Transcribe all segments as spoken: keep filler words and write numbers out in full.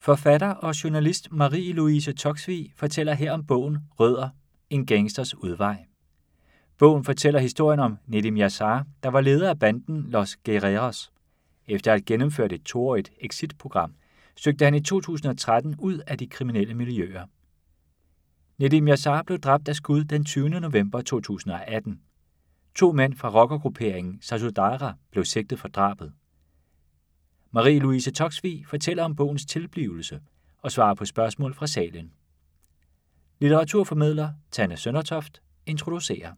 Forfatter og journalist Marie-Louise Toksvig fortæller her om bogen Rødder, en gangsters udvej. Bogen fortæller historien om Nedim Yasar, der var leder af banden Los Guerreros. Efter at have gennemført et toårigt exitprogram, søgte han i to tusind og tretten ud af de kriminelle miljøer. Nedim Yasar blev dræbt af skud den tyvende november to tusind og atten. To mænd fra rockergrupperingen Satudarah blev sigtet for drabet. Marie-Louise Toksvig fortæller om bogens tilblivelse og svarer på spørgsmål fra salen. Litteraturformidler Tanne Søndertoft introducerer.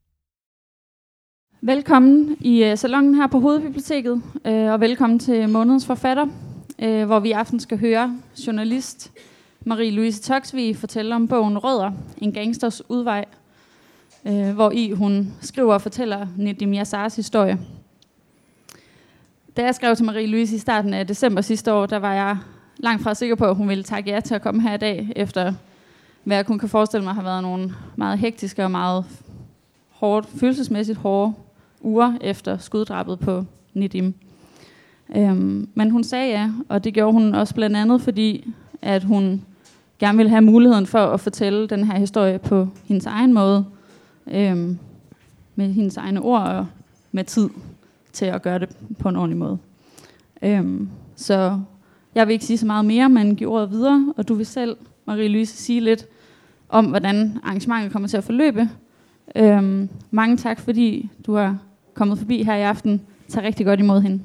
Velkommen i salonen her på Hovedbiblioteket, og velkommen til månedens forfatter, hvor vi i aften skal høre journalist Marie-Louise Toksvig fortælle om bogen Rødder, en gangsters udvej, hvor i hun skriver og fortæller Nedim Yasars historie. Da jeg skrev til Marie-Louise i starten af december sidste år, der var jeg langt fra sikker på, at hun ville takke ja til at komme her i dag, efter hvad jeg kun kan forestille mig har været nogle meget hektiske og meget hårdt, følelsesmæssigt hårde uger efter skuddrabet på Nedim. Øhm, men hun sagde ja, og det gjorde hun også blandt andet, fordi at hun gerne ville have muligheden for at fortælle den her historie på hendes egen måde, øhm, med hendes egne ord og med tid til at gøre det på en ordentlig måde. Øhm, så jeg vil ikke sige så meget mere, men give ordet videre, og du vil selv, Marie-Louise, sige lidt om, hvordan arrangementet kommer til at forløbe. Øhm, mange tak, fordi du er kommet forbi her i aften. Tag rigtig godt imod hende.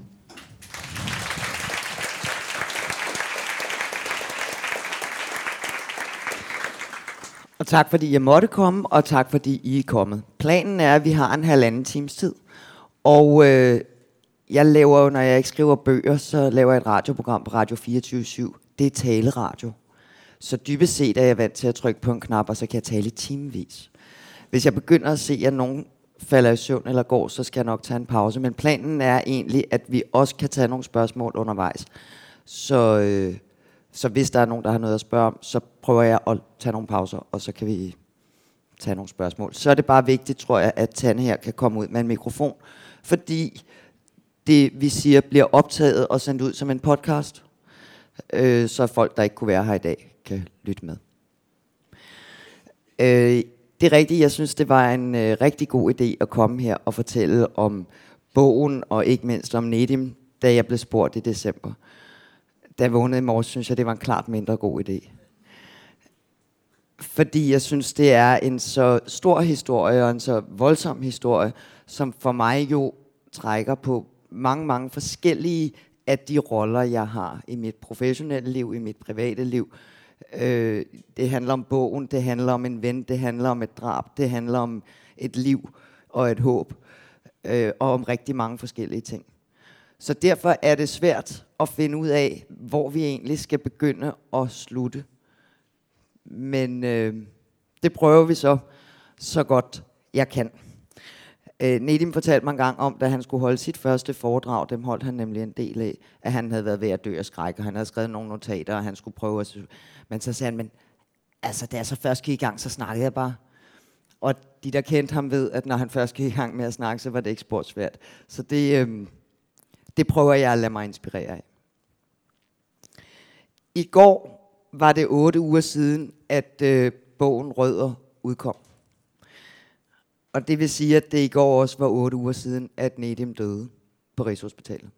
Og tak fordi jeg måtte komme, og tak fordi I er kommet. Planen er, at vi har en halvanden times tid. Og øh, jeg laver jo, når jeg ikke skriver bøger, så laver jeg et radioprogram på Radio fireogtyve syv. Det er taleradio. Så dybest set er jeg vant til at trykke på en knap, og så kan jeg tale i timevis. Hvis jeg begynder at se, at nogen falder i søvn eller går, så skal jeg nok tage en pause. Men planen er egentlig, at vi også kan tage nogle spørgsmål undervejs. Så, øh, så hvis der er nogen, der har noget at spørge om, så prøver jeg at tage nogle pauser, og så kan vi tage nogle spørgsmål. Så er det bare vigtigt, tror jeg, at Tanne her kan komme ud med en mikrofon, fordi det, vi siger, bliver optaget og sendt ud som en podcast, øh, så folk, der ikke kunne være her i dag, kan lytte med. Øh, det er rigtigt, jeg synes, det var en øh, rigtig god idé at komme her og fortælle om bogen, og ikke mindst om Nedim, da jeg blev spurgt i december. Da jeg vågnede i morges, synes jeg, det var en klart mindre god idé. Fordi jeg synes, det er en så stor historie, og en så voldsom historie, som for mig jo trækker på mange, mange forskellige af de roller, jeg har i mit professionelle liv, i mit private liv. Øh, det handler om bogen, det handler om en ven, det handler om et drab, det handler om et liv og et håb, øh, og om rigtig mange forskellige ting. Så derfor er det svært at finde ud af, hvor vi egentlig skal begynde at slutte. Men øh, det prøver vi så, så godt jeg kan. Øh, Nedim fortalte mig en gang om, da han skulle holde sit første foredrag, dem holdt han nemlig en del af, at han havde været ved at dø af skræk, og han havde skrevet nogle notater, og han skulle prøve at... Men så sagde han, men altså, da jeg så først gik i gang, så snakkede jeg bare. Og de, der kendte ham, ved, at når han først gik i gang med at snakke, så var det ikke sport svært. Så det, øh, det prøver jeg at lade mig inspirere af. I går var det otte uger siden, at øh, bogen Rødder udkom. Og det vil sige, at det i går også var otte uger siden, at Nedim døde på Rigshospitalet.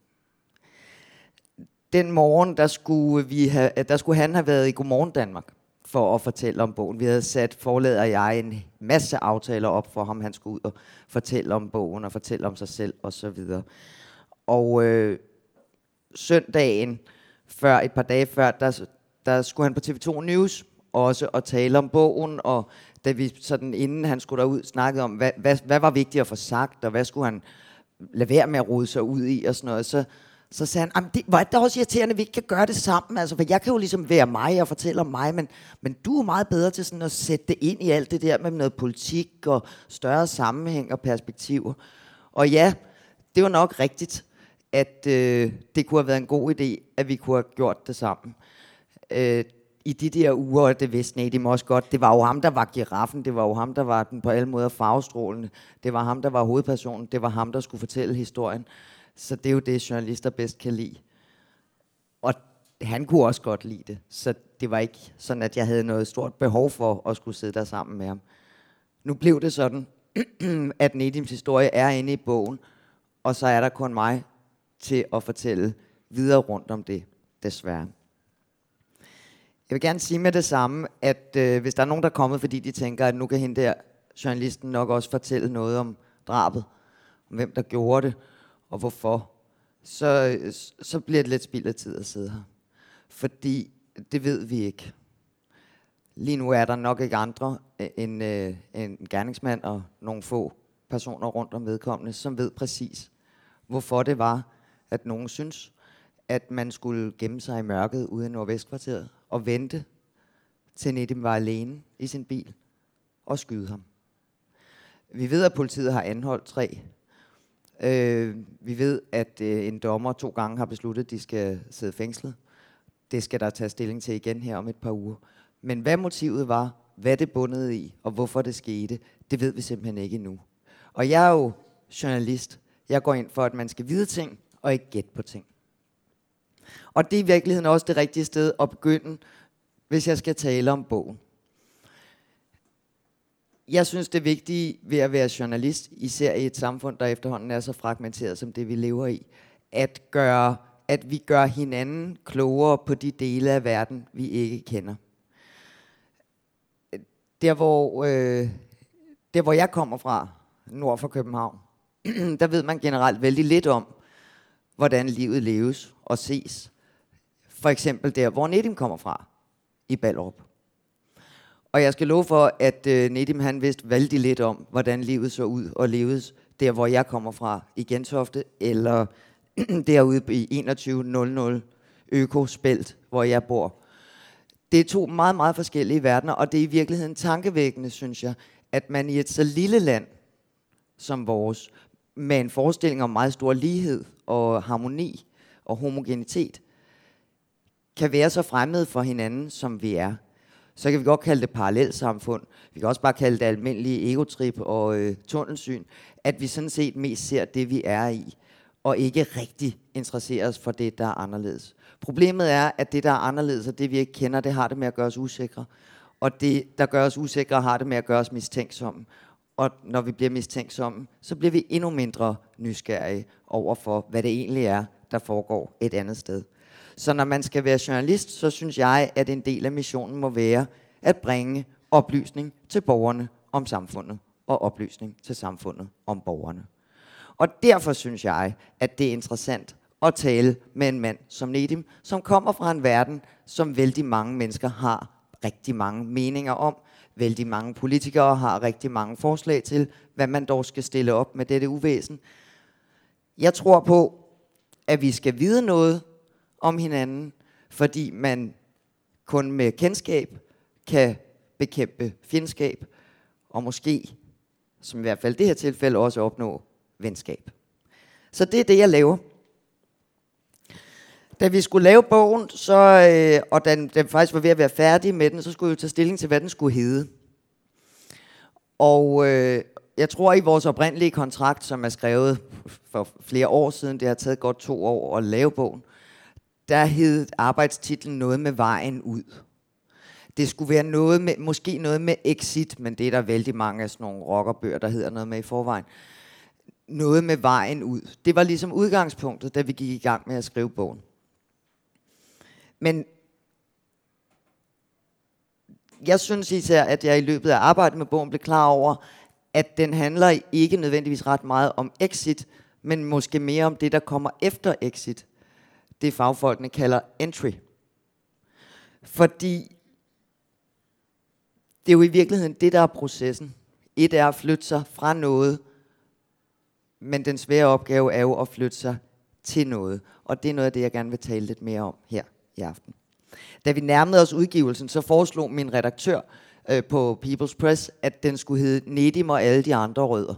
Den morgen, der skulle, vi have, der skulle han have været i Godmorgen Danmark for at fortælle om bogen. Vi havde sat, forladet og jeg, en masse aftaler op for ham. Han skulle ud og fortælle om bogen og fortælle om sig selv osv. Og øh, søndagen, før, et par dage før, der, der skulle han på T V to News også og tale om bogen, og da vi sådan inden han skulle derud snakkede om, hvad, hvad, hvad var vigtigt at få sagt, og hvad skulle han lade være med at rode sig ud i og sådan noget, så, så sagde han, det var det også irriterende, at vi ikke kan gøre det sammen, altså, for jeg kan jo ligesom være mig og fortælle om mig, men, men du er meget bedre til sådan at sætte det ind i alt det der med noget politik og større sammenhæng og perspektiver. Og ja, det var nok rigtigt, at øh, det kunne have været en god idé, at vi kunne have gjort det sammen. Øh, I de der uger, og det vidste Nedim også godt, det var jo ham, der var giraffen, det var jo ham, der var den på alle måder farvestrålende, det var ham, der var hovedpersonen, det var ham, der skulle fortælle historien. Så det er jo det, journalister bedst kan lide. Og han kunne også godt lide det. Så det var ikke sådan, at jeg havde noget stort behov for at skulle sidde der sammen med ham. Nu blev det sådan, at Nedims historie er inde i bogen, og så er der kun mig til at fortælle videre rundt om det, desværre. Jeg vil gerne sige med det samme, at øh, hvis der er nogen, der er kommet, fordi de tænker, at nu kan hende der journalisten nok også fortælle noget om drabet, om hvem der gjorde det, og hvorfor, så, så bliver det lidt spild af tid at sidde her. Fordi det ved vi ikke. Lige nu er der nok ikke andre end øh, en gerningsmand og nogle få personer rundt om vedkommende, som ved præcis, hvorfor det var, at nogen synes, at man skulle gemme sig i mørket ude i Nordvestkvarteret og vente til Nedim var alene i sin bil og skyde ham. Vi ved, at politiet har anholdt tre. Øh, vi ved, at øh, en dommer to gange har besluttet, at de skal sidde fængslet. Det skal der tage stilling til igen her om et par uger. Men hvad motivet var, hvad det bundede i, og hvorfor det skete, det ved vi simpelthen ikke endnu. Og jeg er jo journalist. Jeg går ind for, at man skal vide ting, og ikke gætte på ting. Og det er i virkeligheden også det rigtige sted at begynde, hvis jeg skal tale om bogen. Jeg synes, det vigtige ved at være journalist, især i et samfund, der efterhånden er så fragmenteret som det, vi lever i, at, gøre, at vi gør hinanden klogere på de dele af verden, vi ikke kender. Der hvor, øh, der, hvor jeg kommer fra, nord for København, der ved man generelt vældig lidt om, hvordan livet leves og ses. For eksempel der, hvor Nedim kommer fra, i Ballerup. Og jeg skal love for, at øh, Nedim han vidste vældig lidt om, hvordan livet så ud og leves der, hvor jeg kommer fra, i Gentofte, eller derude i enogtyve hundrede Økospelt, hvor jeg bor. Det er to meget, meget forskellige verdener, og det er i virkeligheden tankevækkende, synes jeg, at man i et så lille land som vores, med en forestilling om meget stor lighed og harmoni og homogenitet, kan være så fremmede for hinanden, som vi er. Så kan vi godt kalde det parallelsamfund. Vi kan også bare kalde det almindelige egotrip og øh, tunnelsyn, at vi sådan set mest ser det, vi er i, og ikke rigtig interesserer os for det, der er anderledes. Problemet er, at det, der er anderledes, og det, vi ikke kender, det har det med at gøre os usikre. Og det, der gør os usikre, har det med at gøre os mistænksomme. Og når vi bliver mistænksomme, så bliver vi endnu mindre nysgerrige over for, hvad det egentlig er, der foregår et andet sted. Så når man skal være journalist, så synes jeg, at en del af missionen må være at bringe oplysning til borgerne om samfundet, og oplysning til samfundet om borgerne. Og derfor synes jeg, at det er interessant at tale med en mand som Nedim, som kommer fra en verden, som vældig mange mennesker har rigtig mange meninger om. Vældig mange politikere har rigtig mange forslag til, hvad man dog skal stille op med dette uvæsen. Jeg tror på, at vi skal vide noget om hinanden, fordi man kun med kendskab kan bekæmpe fjendskab, og måske, som i hvert fald i det her tilfælde, også opnå venskab. Så det er det, jeg laver. Da vi skulle lave bogen, så, øh, og da den, den faktisk var ved at være færdig med den, så skulle vi jo tage stilling til, hvad den skulle hedde. Og øh, jeg tror, i vores oprindelige kontrakt, som er skrevet for flere år siden, det har taget godt to år at lave bogen, der hed arbejdstitlen noget med vejen ud. Det skulle være noget med, måske noget med exit, men det er der vældig mange af sådan nogle rockerbøger, der hedder noget med i forvejen. Noget med vejen ud. Det var ligesom udgangspunktet, da vi gik i gang med at skrive bogen. Men jeg synes især, at jeg i løbet af arbejdet med bogen blev klar over, at den handler ikke nødvendigvis ret meget om exit, men måske mere om det, der kommer efter exit. Det fagfolkene kalder entry. Fordi det er jo i virkeligheden det, der er processen. Et er at flytte sig fra noget, men den svære opgave er jo at flytte sig til noget. Og det er noget af det, jeg gerne vil tale lidt mere om her i aften. Da vi nærmede os udgivelsen, så foreslog min redaktør øh, på People's Press, at den skulle hedde Nedim og alle de andre rødder.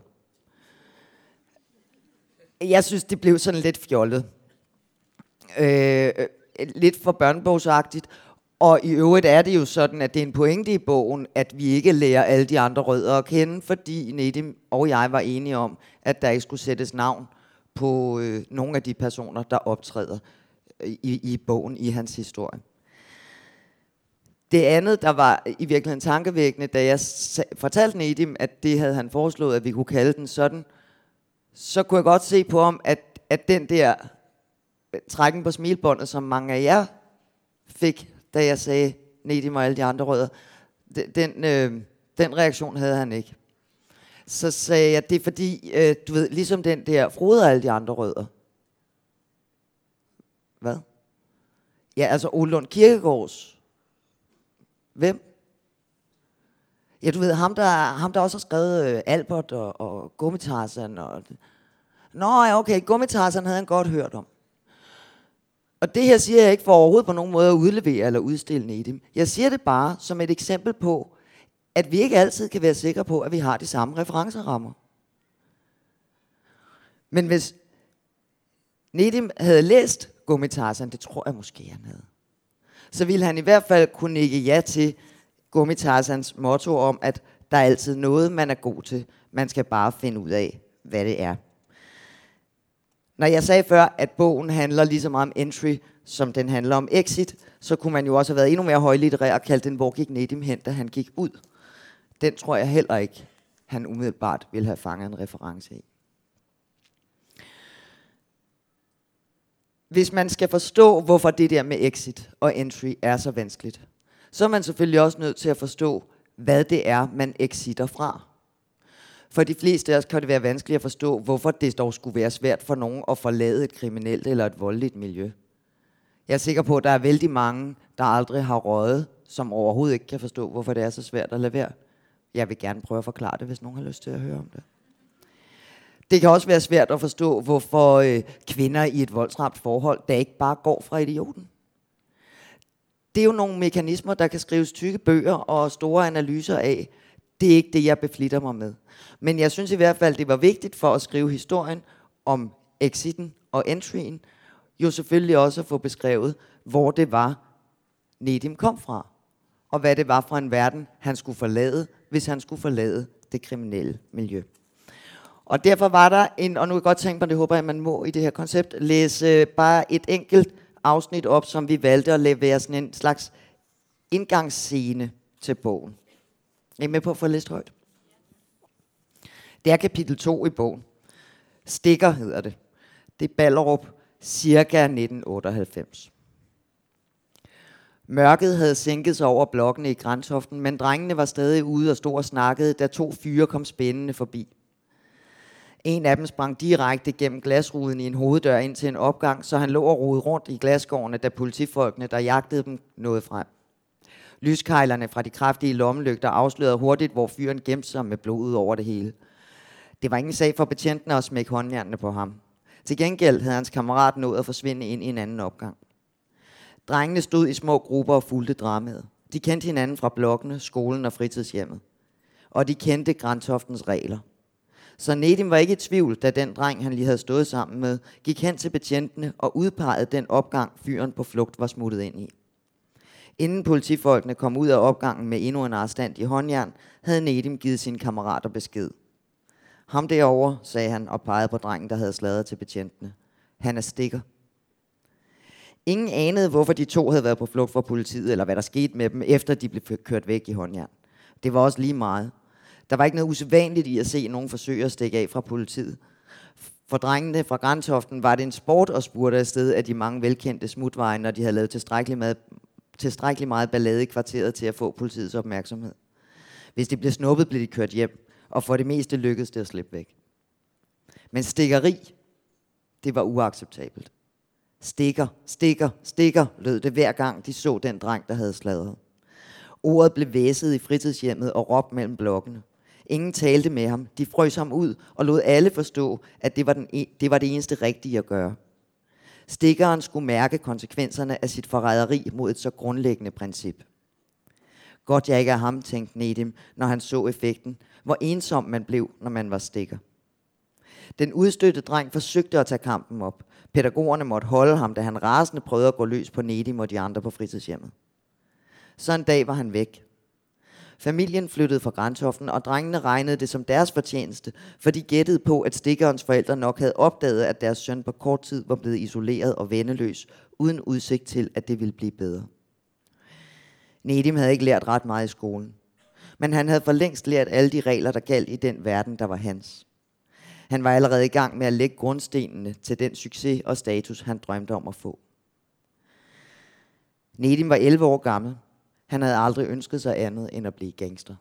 Jeg synes, det blev sådan lidt fjollet. Øh, lidt for børnebogsagtigt. Og i øvrigt er det jo sådan, at det er en pointe i bogen, at vi ikke lærer alle de andre rødder at kende, fordi Nedim og jeg var enige om, at der ikke skulle sættes navn på øh, nogle af de personer, der optræder i, i bogen, i hans historie. Det andet, der var i virkeligheden tankevækkende, da jeg fortalte Nedim, at det havde han foreslået, at vi kunne kalde den sådan, så kunne jeg godt se på ham, at, at den der trækken på smilbåndet, som mange af jer fik, da jeg sagde Nedim og alle de andre rødder, den, øh, den reaktion havde han ikke. Så sagde jeg, det er fordi, øh, du ved, ligesom den der Frode og alle de andre rødder. Hvad? Ja, altså Ole Lund Kirkegaards. Hvem? Ja, du ved, ham der, ham der også har skrevet øh, Albert og, og Gummitarsan. Og Nå, ja, okay, Gummitarsan havde han godt hørt om. Og det her siger jeg ikke for overhovedet på nogen måde at udlevere eller udstille Nedim. Jeg siger det bare som et eksempel på, at vi ikke altid kan være sikre på, at vi har de samme referencerammer. Men hvis Nedim havde læst Gummitarsan, det tror jeg måske han havde, så ville han i hvert fald kunne nikke ja til Gummitarsans motto om, at der er altid noget, man er god til. Man skal bare finde ud af, hvad det er. Når jeg sagde før, at bogen handler lige så meget om entry, som den handler om exit, så kunne man jo også have været endnu mere højlitterær og kaldt den, hvor gik Nedim hen, da han gik ud. Den tror jeg heller ikke, han umiddelbart ville have fanget en reference i. Hvis man skal forstå, hvorfor det der med exit og entry er så vanskeligt, så er man selvfølgelig også nødt til at forstå, hvad det er, man exiter fra. For de fleste af os kan det være vanskeligt at forstå, hvorfor det dog skulle være svært for nogen at forlade et kriminelt eller et voldeligt miljø. Jeg er sikker på, at der er vældig mange, der aldrig har røget, som overhovedet ikke kan forstå, hvorfor det er så svært at lade være. Jeg vil gerne prøve at forklare det, hvis nogen har lyst til at høre om det. Det kan også være svært at forstå, hvorfor øh, kvinder i et voldsramt forhold, der ikke bare går fra idioten. Det er jo nogle mekanismer, der kan skrives tykke bøger og store analyser af. Det er ikke det, jeg beflitter mig med. Men jeg synes i hvert fald, det var vigtigt for at skrive historien om exiten og entryen, jo selvfølgelig også at få beskrevet, hvor det var, Nedim kom fra, og hvad det var for en verden, han skulle forlade, hvis han skulle forlade det kriminelle miljø. Og derfor var der en, og nu kan jeg godt tænke mig, det håber jeg, man må i det her koncept, læse bare et enkelt afsnit op, som vi valgte at levere sådan en slags indgangsscene til bogen. Er I med på at få læst højt? Det er kapitel to i bogen. Stikker hedder det. Det er Ballerup, cirka nitten otteoghalvfems. Mørket havde sænket sig over blokkene i Grantoften, men drengene var stadig ude og stod og snakkede, da to fyre kom spændende forbi. En af dem sprang direkte gennem glasruden i en hoveddør ind til en opgang, så han lå og rodede rundt i glasgårdene, da politifolkene, der jagtede dem, nåede frem. Lyskejlerne fra de kraftige lommelygter afslørede hurtigt, hvor fyren gemte sig med blod ud over det hele. Det var ingen sag for betjentene at smække håndjernene på ham. Til gengæld havde hans kammerat nået at forsvinde ind i en anden opgang. Drengene stod i små grupper og fulgte dramaet. De kendte hinanden fra blokkene, skolen og fritidshjemmet. Og de kendte Grantoftens regler. Så Nedim var ikke i tvivl, da den dreng, han lige havde stået sammen med, gik hen til betjentene og udpegede den opgang, fyren på flugt var smuttet ind i. Inden politifolkene kom ud af opgangen med endnu en arrestant i håndjern, havde Nedim givet sine kammerater besked. Ham derovre, sagde han og pegede på drengen, der havde sladret til betjentene. Han er Stikker. Ingen anede, hvorfor de to havde været på flugt fra politiet, eller hvad der skete med dem, efter de blev kørt væk i håndjern. Det var også lige meget. Der var ikke noget usædvanligt i at se nogen forsøge at stikke af fra politiet. For drengene fra Grantoften var det en sport at spurte afsted af de mange velkendte smutveje, når de havde lavet tilstrækkeligt meget, tilstrækkelig meget ballade i kvarteret til at få politiets opmærksomhed. Hvis de blev snuppet, blev de kørt hjem, og for det meste lykkedes det at slippe væk. Men stikkeri, det var uacceptabelt. Stikker, stikker, stikker, lød det hver gang, de så den dreng, der havde sladret. Ordet blev væset i fritidshjemmet og råbt mellem blokkene. Ingen talte med ham. De frøs ham ud og lod alle forstå, at det var, den e- det var det eneste rigtige at gøre. Stikkeren skulle mærke konsekvenserne af sit forræderi mod et så grundlæggende princip. Godt jeg ikke er ham, tænkte Nedim, når han så effekten, hvor ensom man blev, når man var stikker. Den udstødte dreng forsøgte at tage kampen op. Pædagogerne måtte holde ham, da han rasende prøvede at gå løs på Nedim og de andre på fritidshjemmet. Så en dag var han væk. Familien flyttede fra Grantoften, og drengene regnede det som deres fortjeneste, for de gættede på, at stikkerens forældre nok havde opdaget, at deres søn på kort tid var blevet isoleret og venneløs, uden udsigt til, at det ville blive bedre. Nedim havde ikke lært ret meget i skolen, men han havde for længst lært alle de regler, der galt i den verden, der var hans. Han var allerede i gang med at lægge grundstenene til den succes og status, han drømte om at få. Nedim var elleve år gammel. Han havde aldrig ønsket sig andet end at blive gangster.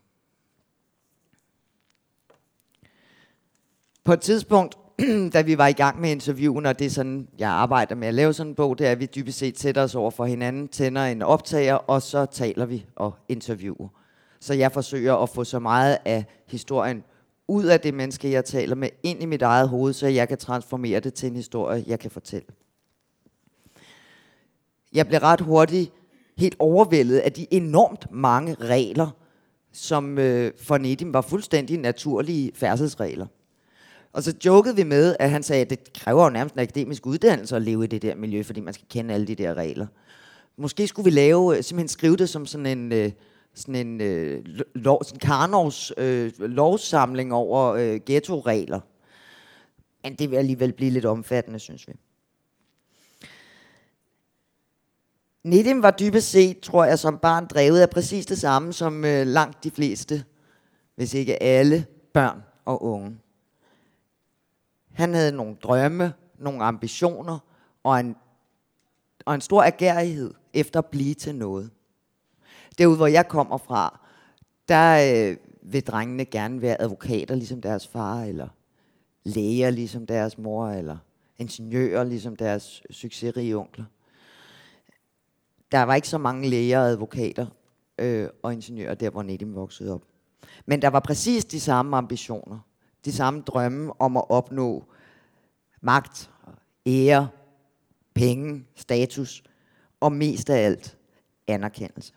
På et tidspunkt, da vi var i gang med interviewen, og det er sådan, jeg arbejder med at lave sådan en bog, det er, at vi dybest set sætter os over for hinanden, tænder en optager, og så taler vi og interviewer. Så jeg forsøger at få så meget af historien ud af det menneske, jeg taler med, ind i mit eget hoved, så jeg kan transformere det til en historie, jeg kan fortælle. Jeg blev ret hurtigt helt overvældet af de enormt mange regler, som øh, for Nedim var fuldstændig naturlige færdselsregler. Og så jokede vi med, at han sagde, at det kræver jo nærmest en akademisk uddannelse at leve i det der miljø, fordi man skal kende alle de der regler. Måske skulle vi lave, simpelthen skrive det som sådan en, øh, sådan en øh, lov, sådan Karnovs øh, lovsamling over øh, ghetto-regler. Men det vil alligevel blive lidt omfattende, synes vi. Nedim var dybest set, tror jeg, som barn drevet af præcis det samme som øh, langt de fleste, hvis ikke alle, børn og unge. Han havde nogle drømme, nogle ambitioner og en, og en stor agerighed efter at blive til noget. Derude, hvor jeg kommer fra, der øh, vil drengene gerne være advokater, ligesom deres far, eller læger, ligesom deres mor, eller ingeniører, ligesom deres succesrige onkler. Der var ikke så mange læger og advokater øh, og ingeniører der, hvor Nedim voksede op. Men der var præcis de samme ambitioner, de samme drømme om at opnå magt, ære, penge, status og mest af alt anerkendelse.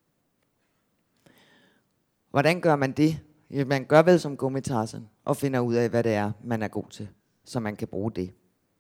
Hvordan gør man det? Man gør vel som Gummi Tarzan og finder ud af, hvad det er, man er god til, så man kan bruge det.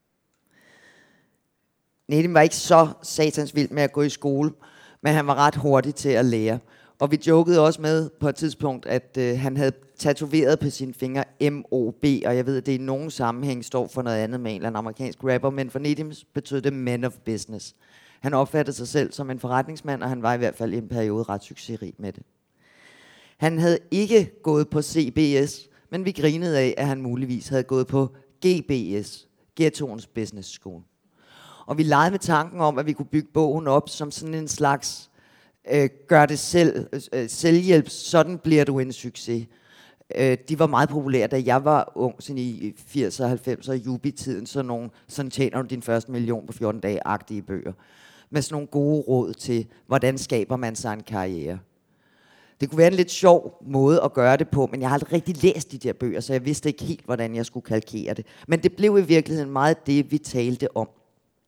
Nedim var ikke så satans vild med at gå i skole, men han var ret hurtig til at lære. Og vi jokede også med på et tidspunkt, at øh, han havde tatoveret på sine fingre M O B, og jeg ved, at det i nogen sammenhæng står for noget andet med en eller anden amerikansk rapper, men for Nedim betød det man of business. Han opfattede sig selv som en forretningsmand, og han var i hvert fald i en periode ret succesrig med det. Han havde ikke gået på C B S, men vi grinede af, at han muligvis havde gået på G B S, Ghettoens Business School. Og vi legede med tanken om, at vi kunne bygge bogen op som sådan en slags øh, gør det selv, øh, selvhjælp, sådan bliver du en succes. Øh, de var meget populære, da jeg var ung, sådan i firserne og halvfemserne, jubi-tiden, sådan nogle, sådan tjener du din første million på fjorten dage-agtige bøger. Med sådan nogle gode råd til, hvordan skaber man sig en karriere. Det kunne være en lidt sjov måde at gøre det på, men jeg har aldrig rigtig læst de der bøger, så jeg vidste ikke helt, hvordan jeg skulle kalkere det. Men det blev i virkeligheden meget det, vi talte om.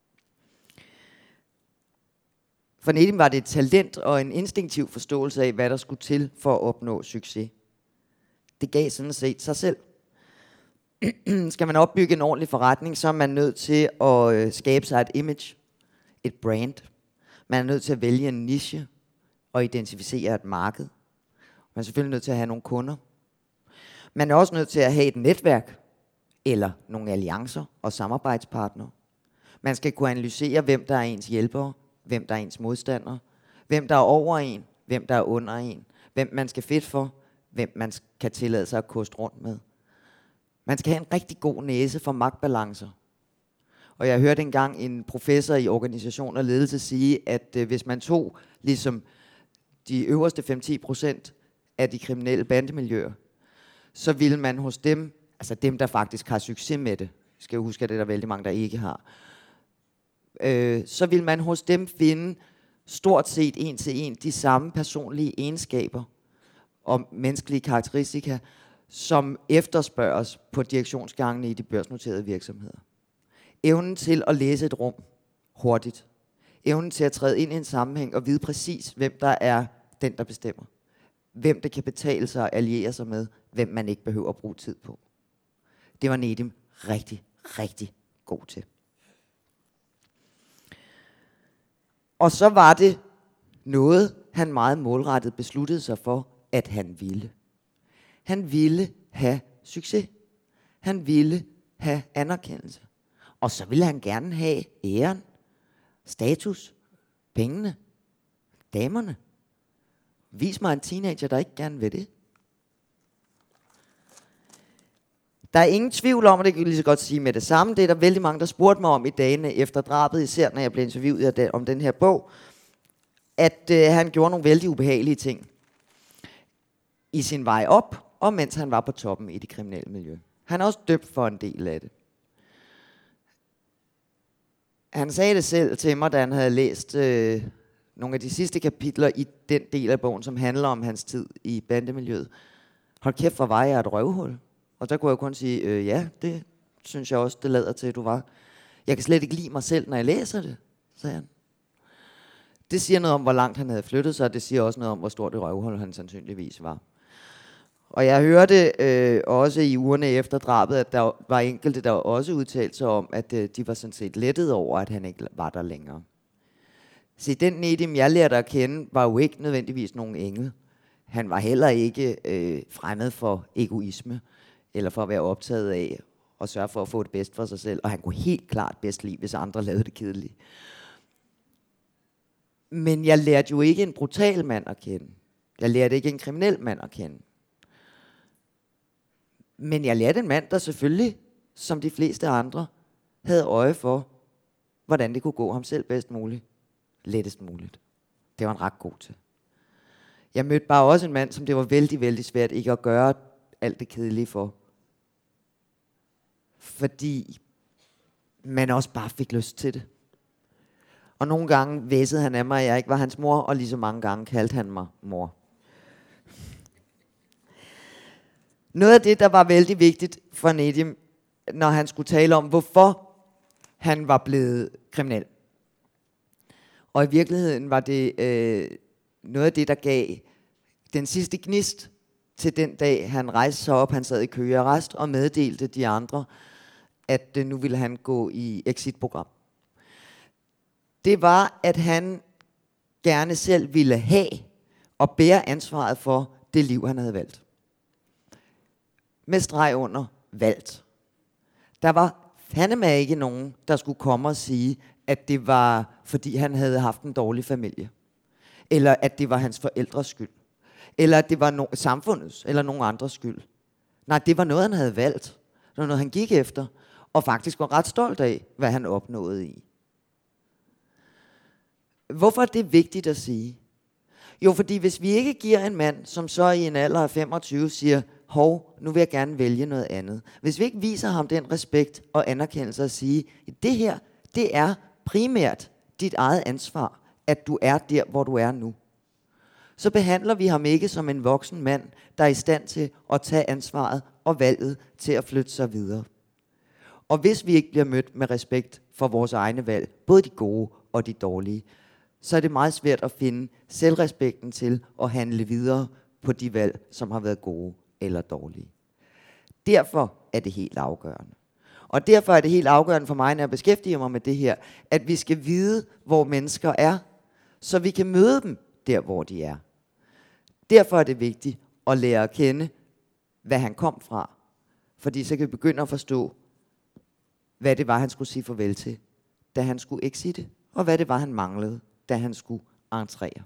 For Nedim var det et talent og en instinktiv forståelse af, hvad der skulle til for at opnå succes. Det gav sådan set sig selv. Skal man opbygge en ordentlig forretning, så er man nødt til at øh, skabe sig et image, et brand. Man er nødt til at vælge en niche og identificere et marked. Man er selvfølgelig nødt til at have nogle kunder. Man er også nødt til at have et netværk eller nogle alliancer og samarbejdspartnere. Man skal kunne analysere, hvem der er ens hjælpere, hvem der er ens modstandere, hvem der er over en, hvem der er under en, hvem man skal fedt for, hvem man kan tillade sig at koste rundt med. Man skal have en rigtig god næse for magtbalancer. Og jeg hørte engang en professor i organisation og ledelse sige, at øh, hvis man tog ligesom de øverste fem til ti procent af de kriminelle bandemiljøer, så ville man hos dem, altså dem, der faktisk har succes med det, skal jeg huske, at det er der vældig mange, der ikke har, øh, så vil man hos dem finde stort set en til en de samme personlige egenskaber og menneskelige karakteristika, som efterspørges på direktionsgangene i de børsnoterede virksomheder. Evnen til at læse et rum hurtigt. Evnen til at træde ind i en sammenhæng og vide præcis, hvem der er den, der bestemmer. Hvem det kan betale sig at alliere sig med, hvem man ikke behøver at bruge tid på. Det var Nedim rigtig, rigtig god til. Og så var det noget, han meget målrettet besluttede sig for at han ville. Han ville have succes. Han ville have anerkendelse. Og så ville han gerne have æren, status, pengene, damerne. Vis mig en teenager, der ikke gerne vil det. Der er ingen tvivl om, og det kan jeg lige så godt sige med det samme, det er der vældig mange, der spurgte mig om i dagene efter drabet, især når jeg blev interviewet om den her bog, at øh, han gjorde nogle vældig ubehagelige ting i sin vej op, og mens han var på toppen i det kriminelle miljø. Han er også dømt for en del af det. Han sagde det selv til mig, da han havde læst øh, nogle af de sidste kapitler i den del af bogen, som handler om hans tid i bandemiljøet. Hold kæft, hvor var jeg et røvhul. Og der kunne jeg kun sige, øh, ja, det synes jeg også, det lader til, at du var. Jeg kan slet ikke lide mig selv, når jeg læser det, sagde han. Det siger noget om, hvor langt han havde flyttet sig, og det siger også noget om, hvor stort det røvhul han sandsynligvis var. Og jeg hørte øh, også i ugerne efter drabet, at der var enkelte, der også udtalte sig om, at øh, de var sådan set lettet over, at han ikke var der længere. Så den Nedim, jeg lærte at kende, var jo ikke nødvendigvis nogen engel. Han var heller ikke øh, fremmed for egoisme, eller for at være optaget af og sørge for at få det bedst for sig selv. Og han kunne helt klart bedst lide, hvis andre lavede det kedeligt. Men jeg lærte jo ikke en brutal mand at kende. Jeg lærte ikke en kriminel mand at kende. Men jeg lærte en mand, der selvfølgelig, som de fleste andre, havde øje for, hvordan det kunne gå ham selv bedst muligt. Lettest muligt. Det var han ret god til. Jeg mødte bare også en mand, som det var vældig, vældig svært ikke at gøre alt det kedelige for. Fordi man også bare fik lyst til det. Og nogle gange væsede han af mig, at jeg ikke var hans mor, og lige så mange gange kaldte han mig mor. Noget af det, der var vældig vigtigt for Nedim, når han skulle tale om, hvorfor han var blevet kriminel. Og i virkeligheden var det øh, noget af det, der gav den sidste gnist til den dag, han rejste sig op. Han sad i køgearrest og meddelte de andre, at øh, nu ville han gå i exit-program. Det var, at han gerne selv ville have og bære ansvaret for det liv, han havde valgt. Med streg under valgt. Der var fandeme ikke nogen, der skulle komme og sige, at det var, fordi han havde haft en dårlig familie. Eller at det var hans forældres skyld. Eller at det var no- samfundets eller nogen andres skyld. Nej, det var noget, han havde valgt. Det var noget, han gik efter. Og faktisk var ret stolt af, hvad han opnåede i. Hvorfor er det vigtigt at sige? Jo, fordi hvis vi ikke giver en mand, som så i en alder af femogtyve siger, hov, nu vil jeg gerne vælge noget andet. Hvis vi ikke viser ham den respekt og anerkendelse at sige, det her, det er primært dit eget ansvar, at du er der, hvor du er nu. Så behandler vi ham ikke som en voksen mand, der er i stand til at tage ansvaret og valget til at flytte sig videre. Og hvis vi ikke bliver mødt med respekt for vores egne valg, både de gode og de dårlige, så er det meget svært at finde selvrespekten til at handle videre på de valg, som har været gode eller dårlige. Derfor er det helt afgørende. Og derfor er det helt afgørende for mig, når jeg beskæftiger mig med det her, at vi skal vide, hvor mennesker er, så vi kan møde dem der, hvor de er. Derfor er det vigtigt at lære at kende, hvad han kom fra. Fordi så kan vi begynde at forstå, hvad det var, han skulle sige farvel til, da han skulle exitte, og hvad det var, han manglede, da han skulle entrere.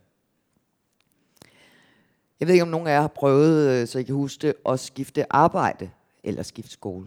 Jeg ved ikke, om nogen af jer har prøvet, så I kan huske det, at skifte arbejde eller skifte skole.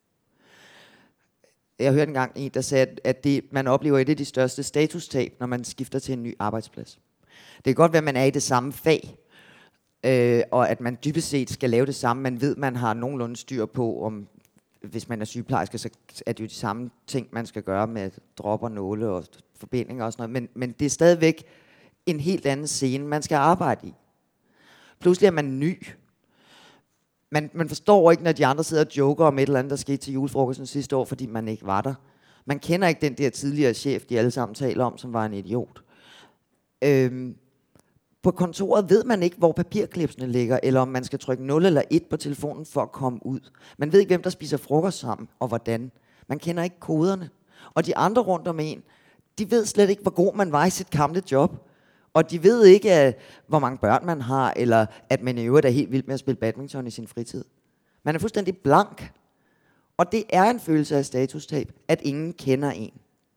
Jeg hørte engang en, der sagde, at det, man oplever et af de største statustab, når man skifter til en ny arbejdsplads. Det kan godt være, at man er i det samme fag, øh, og at man dybest set skal lave det samme. Man ved, at man har nogenlunde styr på, om hvis man er sygeplejerske, så er det jo de samme ting, man skal gøre med dropper, nåle og forbindinger og sådan noget. Men, men det er stadigvæk en helt anden scene, man skal arbejde i. Pludselig er man ny. Man, man forstår ikke, når de andre sidder og joker om et eller andet, der skete til julefrokosten sidste år, fordi man ikke var der. Man kender ikke den der tidligere chef, de alle sammen taler om, som var en idiot. Øhm, på kontoret ved man ikke, hvor papirklipsene ligger, eller om man skal trykke nul eller et på telefonen for at komme ud. Man ved ikke, hvem der spiser frokost sammen, og hvordan. Man kender ikke koderne. Og de andre rundt om en, de ved slet ikke, hvor god man var i sit gamle job. Og de ved ikke, at, hvor mange børn man har, eller at man i øvrigt er helt vild med at spille badminton i sin fritid. Man er fuldstændig blank. Og det er en følelse af statustab, at ingen kender en.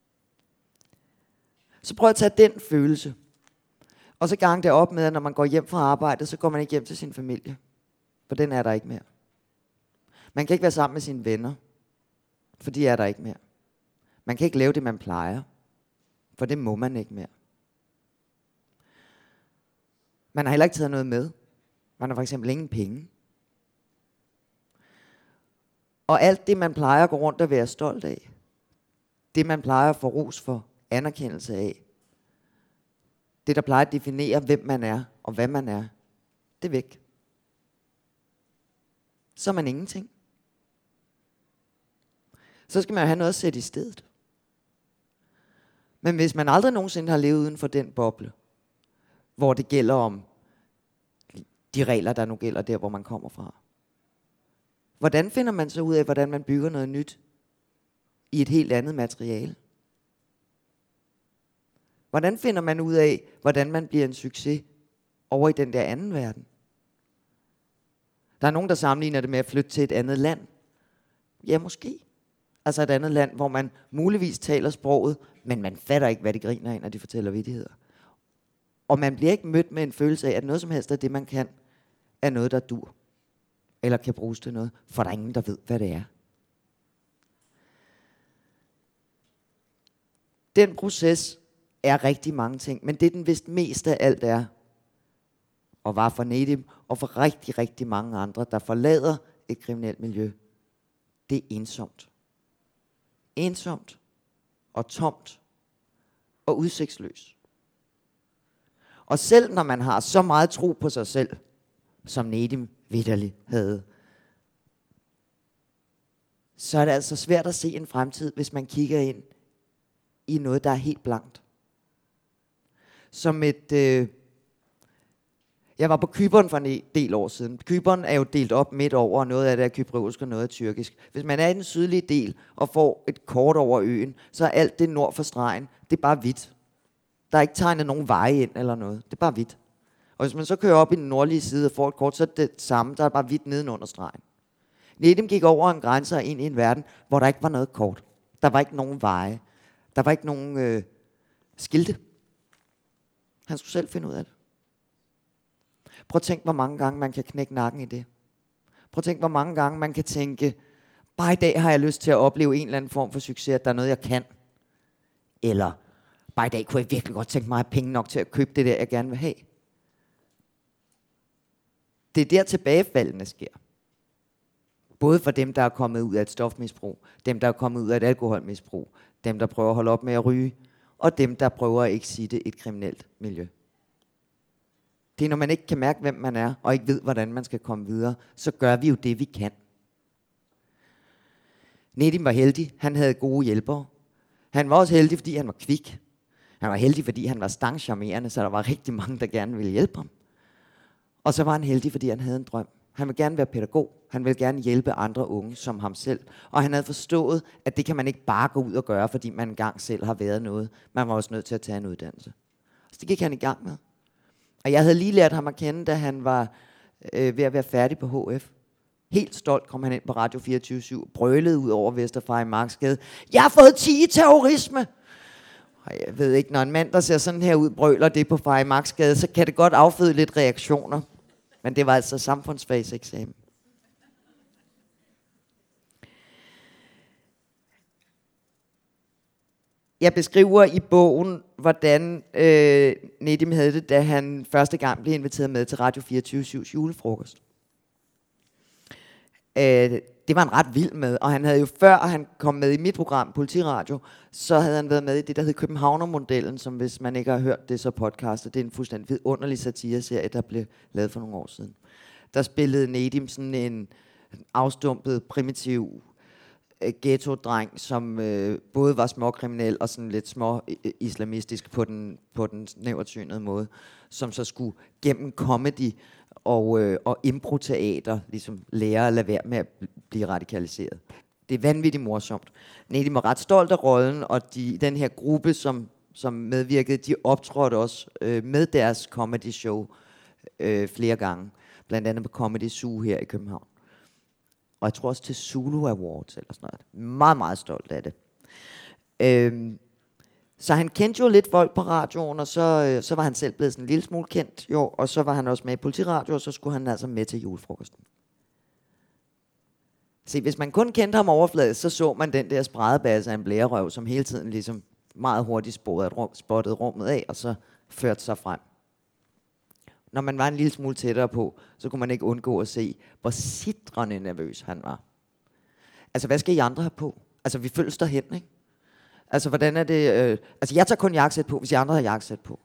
Så prøv at tage den følelse, og så gang det op med, at når man går hjem fra arbejde, så går man ikke hjem til sin familie. For den er der ikke mere. Man kan ikke være sammen med sine venner, for de er der ikke mere. Man kan ikke lave det, man plejer, for det må man ikke mere. Man har heller ikke taget noget med. Man har for eksempel ingen penge. Og alt det, man plejer at gå rundt og være stolt af, det man plejer at få ros for, anerkendelse af, det der plejer at definere, hvem man er og hvad man er, det er væk. Så er man ingenting. Så skal man jo have noget at sætte i stedet. Men hvis man aldrig nogensinde har levet uden for den boble, hvor det gælder om de regler, der nu gælder der, hvor man kommer fra, hvordan finder man så ud af, hvordan man bygger noget nyt i et helt andet materiale? Hvordan finder man ud af, hvordan man bliver en succes over i den der anden verden? Der er nogen, der sammenligner det med at flytte til et andet land. Ja, måske. Altså et andet land, hvor man muligvis taler sproget, men man fatter ikke, hvad de griner af, når de fortæller vittigheder. Og man bliver ikke mødt med en følelse af, at noget som helst af det, man kan, er noget, der dur. Eller kan bruges til noget, for der er ingen, der ved, hvad det er. Den proces er rigtig mange ting, men det den vist mest af alt er, og var for Nedim, og for rigtig, rigtig mange andre, der forlader et kriminelt miljø, det er ensomt. Ensomt og tomt og udsigtsløst. Og selv når man har så meget tro på sig selv, som Nedim vitterligt havde, så er det altså svært at se en fremtid, hvis man kigger ind i noget, der er helt blankt. Som et... Øh, jeg var på Cypern for en del år siden. Cypern er jo delt op midt over, og noget af det er cypriotisk og noget er tyrkisk. Hvis man er i den sydlige del og får et kort over øen, så er alt det nord for stregen, det er bare hvidt. Der er ikke tegnet nogen veje ind eller noget. Det er bare hvidt. Og hvis man så kører op i den nordlige side og får et kort, så er det samme. Der er bare hvidt nedenunder stregen. Nedim gik over en grænse og ind i en verden, hvor der ikke var noget kort. Der var ikke nogen veje. Der var ikke nogen øh, skilte. Han skulle selv finde ud af det. Prøv at tænke, hvor mange gange man kan knække nakken i det. Prøv at tænke, hvor mange gange man kan tænke, bare i dag har jeg lyst til at opleve en eller anden form for succes, at der er noget, jeg kan. Eller, bare i dag kunne jeg virkelig godt tænke mig at have penge nok til at købe det der, jeg gerne vil have. Det er der tilbagefaldene sker. Både for dem, der er kommet ud af et stofmisbrug, dem, der er kommet ud af et alkoholmisbrug, dem, der prøver at holde op med at ryge, og dem, der prøver at exitte et kriminelt miljø. Det er, når man ikke kan mærke, hvem man er, og ikke ved, hvordan man skal komme videre, så gør vi jo det, vi kan. Nedim var heldig. Han havde gode hjælpere. Han var også heldig, fordi han var kvik. Han var heldig, fordi han var stangcharmerende, så der var rigtig mange, der gerne ville hjælpe ham. Og så var han heldig, fordi han havde en drøm. Han ville gerne være pædagog. Han ville gerne hjælpe andre unge som ham selv. Og han havde forstået, at det kan man ikke bare gå ud og gøre, fordi man engang selv har været noget. Man var også nødt til at tage en uddannelse. Så det gik han i gang med. Og jeg havde lige lært ham at kende, da han var øh, ved at være færdig på H F. Helt stolt kom han ind på Radio fireogtyve syv, brølede ud over Vester Farimagsgade. Jeg har fået ti i terrorisme! Og jeg ved ikke, når en mand, der ser sådan her ud, brøler det på Farimagsgade, så kan det godt afføde lidt reaktioner. Men det var altså samfundsfagseksamen. Jeg beskriver i bogen, hvordan øh, Nedim havde det, da han første gang blev inviteret med til Radio fireogtyve syvs julefrokost. Øh, det var en ret vild med, og han havde jo før han kom med i mit program, Politiradio, så havde han været med i det, der hed Københavner-modellen, som hvis man ikke har hørt det, så podcastet. Det er en fuldstændig vidunderlig satireserie, der blev lavet for nogle år siden. Der spillede Nedim sådan en afstumpet, primitiv ghetto-dreng, som øh, både var småkriminel og sådan lidt små islamistisk på den, på den snævertsynede måde, som så skulle gennem comedy og, øh, og impro-teater ligesom lære at lade være med at blive radikaliseret. Det er vanvittigt morsomt. Nedim var ret stolt af rollen, og de, den her gruppe, som som medvirkede. De optrådte også øh, med deres comedy show øh, flere gange. Blandt andet på Comedy Zoo her i København. Og jeg tror også til Zulu Awards eller sådan noget. Meget, meget stolt af det. Øhm, så han kendte jo lidt folk på radioen, og så, øh, så var han selv blevet sådan en lille smule kendt. Jo, og så var han også med i Politiradio, og så skulle han altså med til julefrokosten. Se, hvis man kun kendte ham overfladisk, så så man den der spredebasse af en blærerøv, som hele tiden ligesom meget hurtigt spottede rummet af, og så førte sig frem. Når man var en lille smule tættere på, så kunne man ikke undgå at se, hvor sidrende nervøs han var. Altså, hvad skal I andre have på? Altså, vi følges derhen, ikke? Altså, hvordan er det... Øh, altså, jeg tager kun jakkesæt på, hvis I andre har jakkesæt på.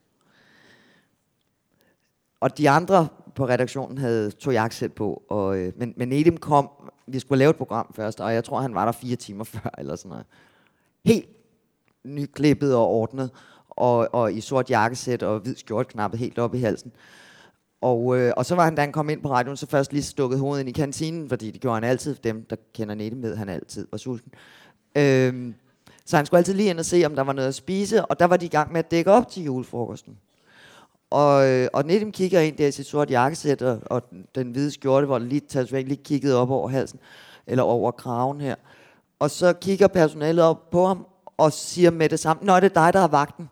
Og de andre på redaktionen havde to jakkesæt på, og, øh, men, men Nedim kom... Vi skulle lave et program først, og jeg tror, han var der fire timer før, eller sådan noget. Helt nyklippet og ordnet, og, og i sort jakkesæt og hvid skjort knappet helt op i halsen. Og, øh, og så var han, da han kom ind på radioen, så først lige stukket hovedet ind i kantinen, fordi det gjorde han altid. Dem, der kender Nedim, ved han altid var sulten. Øhm, så han skulle altid lige ind og se, om der var noget at spise, og der var de i gang med at dække op til julefrokosten. Og, øh, og Nedim kigger ind der i sit sorte jakkesæt, og, og den hvide skjorte, hvor den lige tatovering lige kiggede op over halsen, eller over kraven her. Og så kigger personalet op på ham, og siger med det samme, nå, det er dig, der er vagten.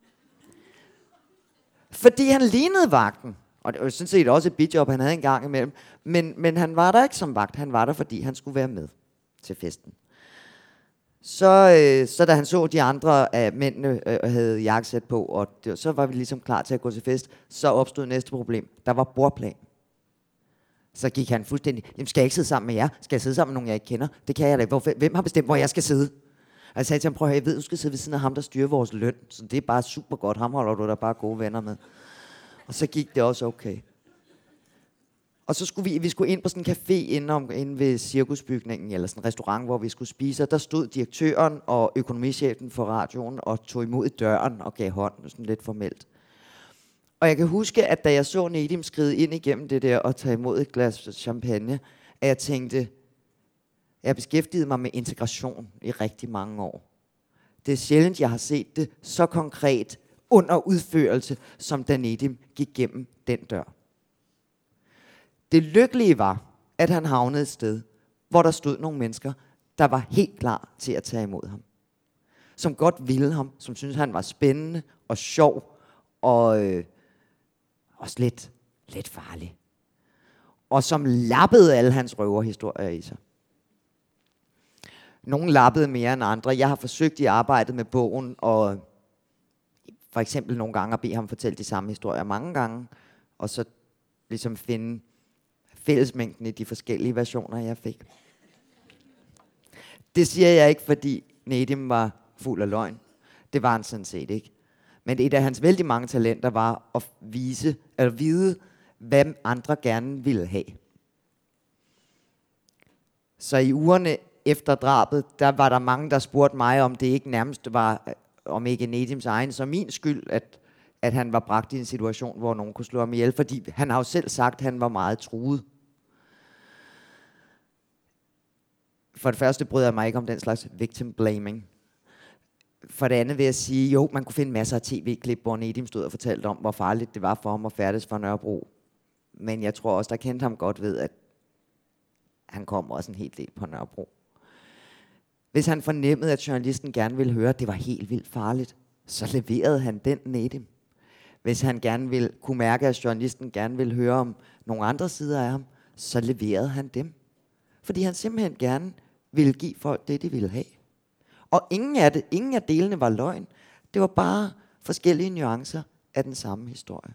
Fordi han lignede vagten. Og det var sådan set også et bidjob, han havde en gang imellem. Men, men han var der ikke som vagt. Han var der, fordi han skulle være med til festen. Så, øh, så da han så de andre af mændene øh, havde jakkesæt på, og det, så var vi ligesom klar til at gå til fest, så opstod næste problem. Der var bordplan. Så gik han fuldstændig, jamen skal jeg ikke sidde sammen med jer? Skal jeg sidde sammen med nogen, jeg ikke kender? Det kan jeg da ikke. Hvem har bestemt, hvor jeg skal sidde? Og jeg sagde til ham, prøv at høre, jeg ved, du skal sidde ved siden af ham, der styrer vores løn. Så det er bare super godt. Ham holder du der bare gode venner med. Og så gik det også okay. Og så skulle vi, vi skulle ind på sådan en café inde, om, inde ved cirkusbygningen, eller sådan en restaurant, hvor vi skulle spise. Og der stod direktøren og økonomichefen for radioen og tog imod i døren og gav hånd, sådan lidt formelt. Og jeg kan huske, at da jeg så Nedim skride ind igennem det der og tage imod et glas champagne, at jeg tænkte, jeg beskæftigede mig med integration i rigtig mange år. Det er sjældent, jeg har set det så konkret under udførelse, som da Nedim gik gennem den dør. Det lykkelige var, at han havnede et sted, hvor der stod nogle mennesker, der var helt klar til at tage imod ham. Som godt ville ham, som syntes, han var spændende og sjov og øh, også lidt, lidt farlig. Og som lappede alle hans røverhistorier i sig. Nogle lappede mere end andre. Jeg har forsøgt i arbejdet med bogen, og for eksempel nogle gange at bede ham fortælle de samme historier mange gange, og så ligesom finde fællesmængden i de forskellige versioner, jeg fik. Det siger jeg ikke, fordi Nedim var fuld af løgn. Det var han sådan set ikke. Men et af hans vældig mange talenter var at vise, eller vide, hvad andre gerne ville have. Så i ugerne efter drabet, der var der mange, der spurgte mig, om det ikke nærmest var, om ikke Nedims egen, så min skyld, at, at han var bragt i en situation, hvor nogen kunne slå ham ihjel, fordi han har jo selv sagt, at han var meget truet. For det første bryder jeg mig ikke om den slags victim blaming. For det andet vil jeg sige, jo, man kunne finde masser af tv-klip, hvor Nedim stod og fortalte om, hvor farligt det var for ham at færdes fra Nørrebro. Men jeg tror også, der kendte ham godt ved, at han kom også en hel del på Nørrebro. Hvis han fornemmede, at journalisten gerne ville høre, at det var helt vildt farligt, så leverede han den Nedim. Hvis han gerne ville kunne mærke, at journalisten gerne ville høre om nogle andre sider af ham, så leverede han dem. Fordi han simpelthen gerne ville give folk det, de ville have. Og ingen af, det, ingen af delene var løgn. Det var bare forskellige nuancer af den samme historie.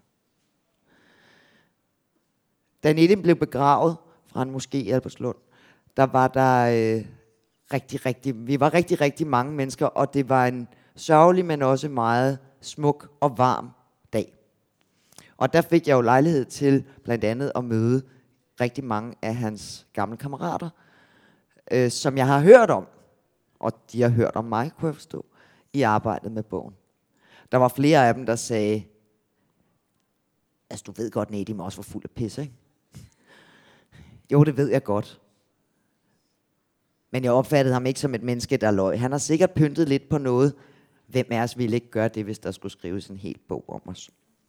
Da Nedim blev begravet fra en moské i Albertslund, der var der øh, rigtig, rigtig, vi var rigtig, rigtig mange mennesker, og det var en sørgelig, men også meget smuk og varm dag. Og der fik jeg jo lejlighed til blandt andet at møde rigtig mange af hans gamle kammerater, øh, som jeg har hørt om, og de har hørt om mig, kunne jeg forstå, i arbejdet med bogen. Der var flere af dem, der sagde, altså du ved godt, Nedim også var fuld af pis, ikke? Jo, det ved jeg godt. Men jeg opfattede ham ikke som et menneske, der løg. Han har sikkert pyntet lidt på noget hvem af os ville ikke gøre det, hvis der skulle skrives en hel bog om os?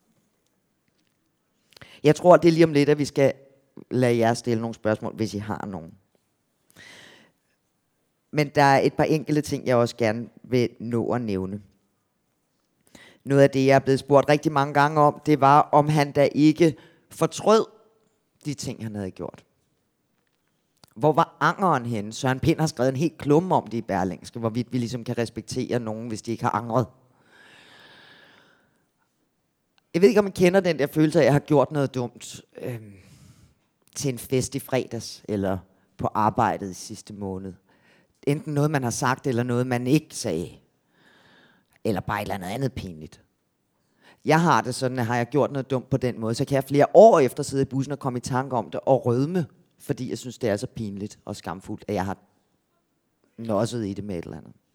Jeg tror, det er lige om lidt, at vi skal lade jer stille nogle spørgsmål, hvis I har nogen. Men der er et par enkelte ting, jeg også gerne vil nå at nævne. Noget af det, jeg er blevet spurgt rigtig mange gange om, det var, om han da ikke fortrød de ting, han havde gjort. Hvor var angeren henne? Søren Pind har skrevet en helt klumme om det i Berlingske, hvorvidt vi ligesom kan respektere nogen, hvis de ikke har angret. Jeg ved ikke, om I kender den der følelse af, at jeg har gjort noget dumt øh, til en fest i fredags, eller på arbejdet i sidste måned. Enten noget, man har sagt, eller noget, man ikke sagde. Eller bare et eller andet andet pinligt. Jeg har det sådan, at har jeg gjort noget dumt på den måde, så kan jeg flere år efter sidde i bussen og komme i tanke om det og rødme, fordi jeg synes, det er så pinligt og skamfuldt, at jeg har nosset i det med et eller andet.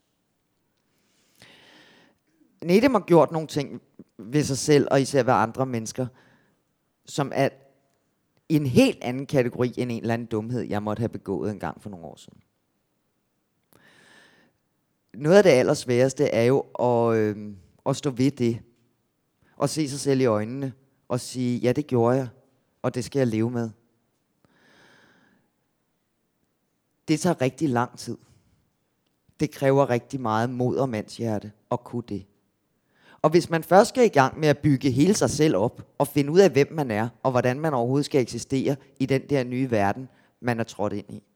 Nedim har gjort nogle ting ved sig selv, og især ved andre mennesker, som er i en helt anden kategori end en eller anden dumhed, jeg måtte have begået en gang for nogle år siden. Noget af det allersværeste er jo at, øh, at stå ved det, og se sig selv i øjnene, og sige, ja, det gjorde jeg, og det skal jeg leve med. Det tager rigtig lang tid. Det kræver rigtig meget mod og mandshjerte at kunne det. Og hvis man først skal i gang med at bygge hele sig selv op, og finde ud af, hvem man er, og hvordan man overhovedet skal eksistere i den der nye verden, man er trådt ind i,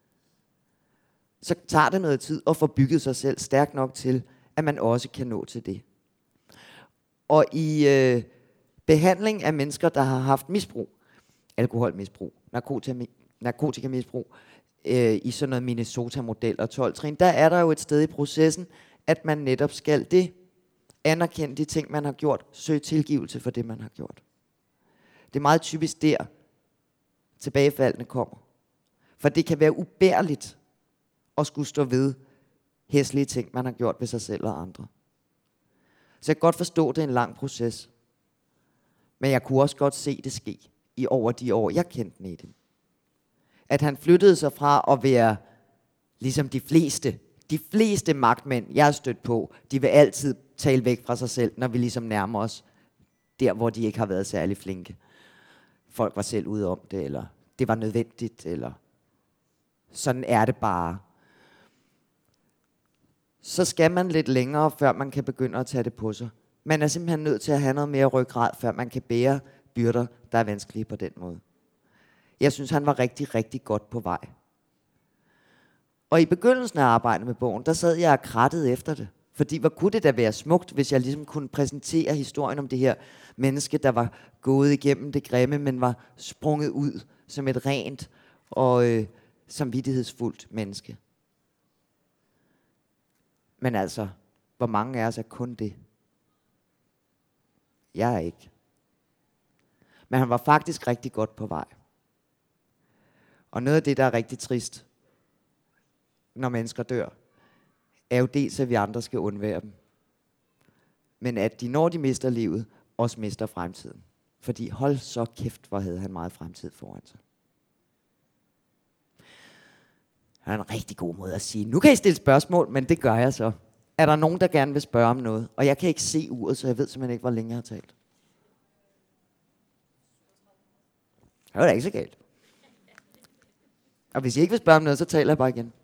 så tager det noget tid at få bygget sig selv stærkt nok til, at man også kan nå til det. Og i øh, behandling af mennesker, der har haft misbrug, alkoholmisbrug, narkotikamisbrug, øh, i sådan noget Minnesota-model og tolv trin, der er der jo et sted i processen, at man netop skal det, anerkende de ting, man har gjort, søge tilgivelse for det, man har gjort. Det er meget typisk der, tilbagefaldene kommer. For det kan være ubærligt at skulle stå ved hæslige ting, man har gjort ved sig selv og andre. Så jeg kan godt forstå, at det er en lang proces. Men jeg kunne også godt se det ske i over de år, jeg kendte Nedim. At han flyttede sig fra at være ligesom de fleste, de fleste magtmænd, jeg har stødt på, de vil altid tale væk fra sig selv, når vi ligesom nærmer os der, hvor de ikke har været særlig flinke. Folk var selv ude om det, eller det var nødvendigt, eller sådan er det bare. Så skal man lidt længere, før man kan begynde at tage det på sig. Man er simpelthen nødt til at have noget mere ryggrad, før man kan bære byrder, der er vanskelige på den måde. Jeg synes, han var rigtig, rigtig godt på vej. Og i begyndelsen af arbejdet med bogen, der sad jeg og krattede efter det. Fordi hvor kunne det da være smukt, hvis jeg ligesom kunne præsentere historien om det her menneske, der var gået igennem det grimme, men var sprunget ud som et rent og øh, samvittighedsfuldt menneske. Men altså, hvor mange af os er kun det? Jeg er ikke. Men han var faktisk rigtig godt på vej. Og noget af det, der er rigtig trist, når mennesker dør, er jo dels, at vi andre skal undvære dem. Men at de, når de mister livet, også mister fremtiden. Fordi hold så kæft, hvor havde han meget fremtid foran sig. Det er en rigtig god måde at sige, nu kan I stille spørgsmål, men det gør jeg så. Er der nogen, der gerne vil spørge om noget? Og jeg kan ikke se uret, så jeg ved simpelthen ikke, hvor længe jeg har talt. Det var da ikke så galt. Og hvis I ikke vil spørge om noget, så taler jeg bare igen.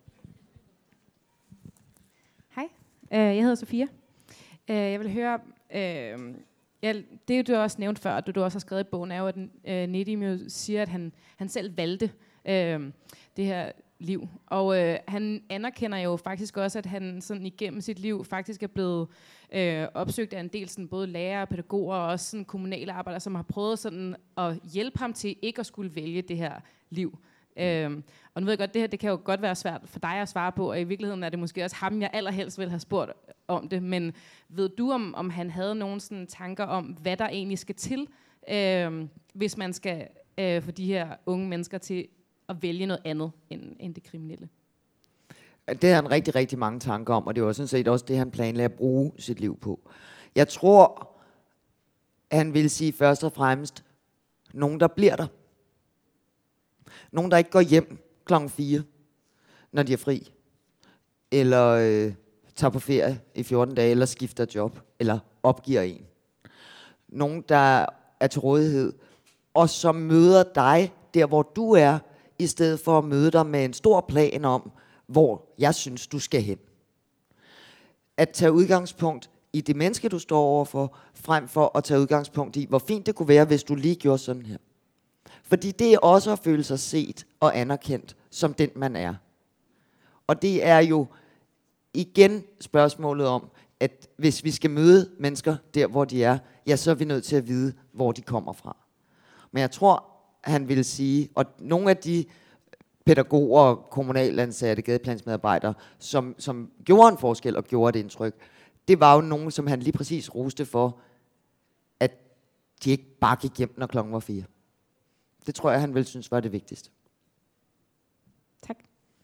Hej, jeg hedder Sofia. Jeg vil høre, øh, ja, det du også nævnt før, det du også har skrevet i bogen, er jo, at øh, Nedim jo siger, at han, han selv valgte øh, det her liv. Og øh, han anerkender jo faktisk også, at han sådan igennem sit liv faktisk er blevet øh, opsøgt af en del sådan, både lærere, pædagoger og også sådan, kommunale arbejdere, som har prøvet sådan, at hjælpe ham til ikke at skulle vælge det her liv. Øhm, og nu ved jeg godt, det her det kan jo godt være svært for dig at svare på, og i virkeligheden er det måske også ham, jeg allerhelst vil have spurgt om det, men ved du, om, om han havde nogle sådan tanker om, hvad der egentlig skal til, øhm, hvis man skal øh, få de her unge mennesker til at vælge noget andet end, end det kriminelle? Det har han rigtig, rigtig mange tanker om, og det var sådan set også det, han planlagde at bruge sit liv på. Jeg tror, han vil sige først og fremmest, nogen der bliver der. Nogen, der ikke går hjem klokken fire, når de er fri. Eller øh, tager på ferie i fjorten dage, eller skifter job, eller opgiver en. Nogen, der er til rådighed, og som møder dig der, hvor du er, i stedet for at møde dig med en stor plan om, hvor jeg synes, du skal hen. At tage udgangspunkt i det menneske, du står overfor, frem for at tage udgangspunkt i, hvor fint det kunne være, hvis du lige gjorde sådan her. Fordi det er også at føle sig set og anerkendt som den, man er. Og det er jo igen spørgsmålet om, at hvis vi skal møde mennesker der, hvor de er, ja, så er vi nødt til at vide, hvor de kommer fra. Men jeg tror, han ville sige, og nogle af de pædagoger, kommunalansatte, gadeplansmedarbejdere, som, som gjorde en forskel og gjorde et indtryk, det var jo nogen, som han lige præcis roste for, at de ikke bare gik hjem, når klokken var fire. Det tror jeg, han ville synes var det vigtigste. Tak.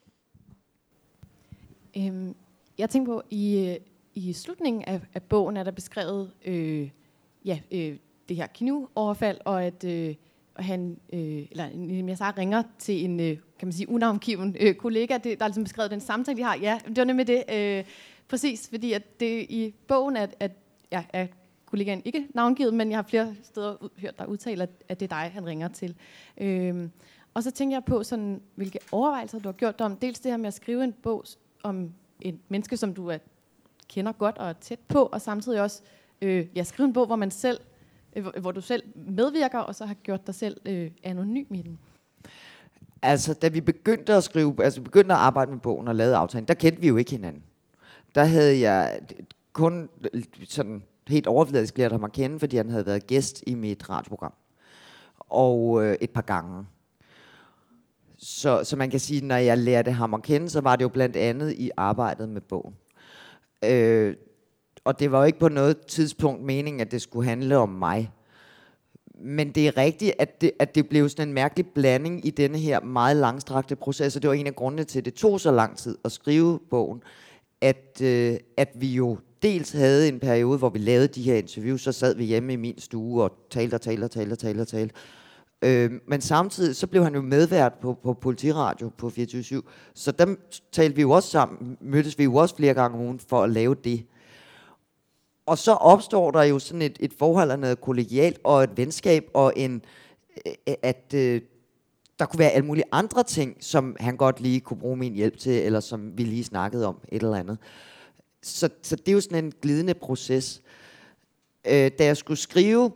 Øhm, jeg tænker på, i, i slutningen af, af bogen er der beskrevet øh, ja, øh, det her knivoverfald, og at øh, og han, øh, eller Nedim Yasar ringer til en, øh, kan man sige, unavngiven øh, kollega. Det, der er ligesom beskrevet den samtale, de har. Ja, det var nemlig det. Øh, præcis, fordi at det i bogen er, at ja, er kollegaen ikke navngivet, men jeg har flere steder ud, hørt, der udtaler, at, at det er dig, han ringer til. Øh, og så tænker jeg på, sådan, hvilke overvejelser du har gjort om, dels det her med at skrive en bog om et menneske, som du er, kender godt og er tæt på, og samtidig også øh, ja, skrive en bog, hvor man selv hvor du selv medvirker, og så har gjort dig selv øh, anonym i den? Altså, da vi begyndte at skrive, altså begyndte at arbejde med bogen og lavede aftalen, der kendte vi jo ikke hinanden. Der havde jeg kun sådan helt overfladisk lært ham at kende, fordi han havde været gæst i mit radioprogram. Og øh, et par gange. Så, så man kan sige, når jeg lærte ham at kende, så var det jo blandt andet i arbejdet med bogen. Øh, Og det var jo ikke på noget tidspunkt meningen, at det skulle handle om mig. Men det er rigtigt, at det, at det blev sådan en mærkelig blanding i denne her meget langstrakte proces, og det var en af grundene til, at det tog så lang tid at skrive bogen, at, øh, at vi jo dels havde en periode, hvor vi lavede de her interviews, så sad vi hjemme i min stue og talte og talte og talte og talte og talte. Øh, men samtidig så blev han jo medvært på, på Politiradio på fireogtyve syv, så dem talte vi jo også sammen, mødtes vi jo også flere gange om ugen for at lave det. Og så opstår der jo sådan et, et forhold af noget kollegialt og et venskab, og en, at øh, der kunne være alle mulige andre ting, som han godt lige kunne bruge min hjælp til, eller som vi lige snakkede om, et eller andet. Så, så det er jo sådan en glidende proces. Øh, da jeg skulle skrive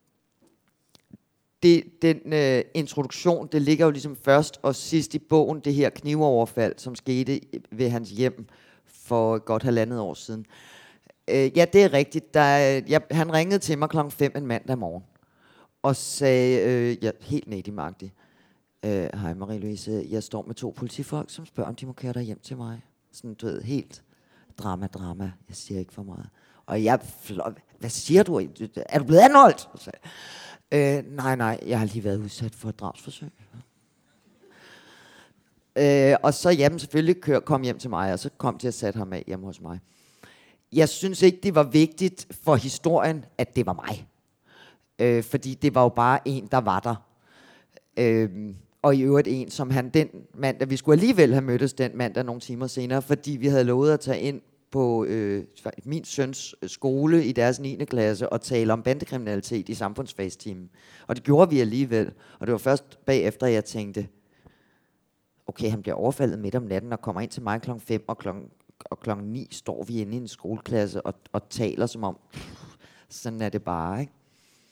det, den øh, introduktion, det ligger jo ligesom først og sidst i bogen, det her knivoverfald, som skete ved hans hjem for godt halvandet år siden. Øh, ja, det er rigtigt. Der, jeg, han ringede til mig klokken fem en mandag morgen, og sagde, øh, ja, helt Nedim-agtigt, øh, hej Marie-Louise, jeg står med to politifolk, som spørger, om de må køre dig hjem til mig. Sådan, du ved, helt drama, drama. Jeg siger ikke for meget. Og jeg, hvad siger du? Er du blevet anholdt? Så, øh, nej, nej, jeg har lige været udsat for et drabsforsøg. Øh, og så, jamen selvfølgelig, kør, kom hjem til mig, og så kom til at sætte ham af hjemme hos mig. Jeg synes ikke, det var vigtigt for historien, at det var mig. Øh, fordi det var jo bare en, der var der. Øh, og i øvrigt en, som han den mandag, vi skulle alligevel have mødtes den mandag nogle timer senere, fordi vi havde lovet at tage ind på øh, min søns skole i deres niende klasse og tale om bandekriminalitet i samfundsfagstimen. Og det gjorde vi alligevel. Og det var først bagefter, jeg tænkte, okay, han bliver overfaldet midt om natten og kommer ind til mig klokken fem, og klokken og klokken ni står vi inde i en skoleklasse og, og taler som om, pff, sådan er det bare, ikke?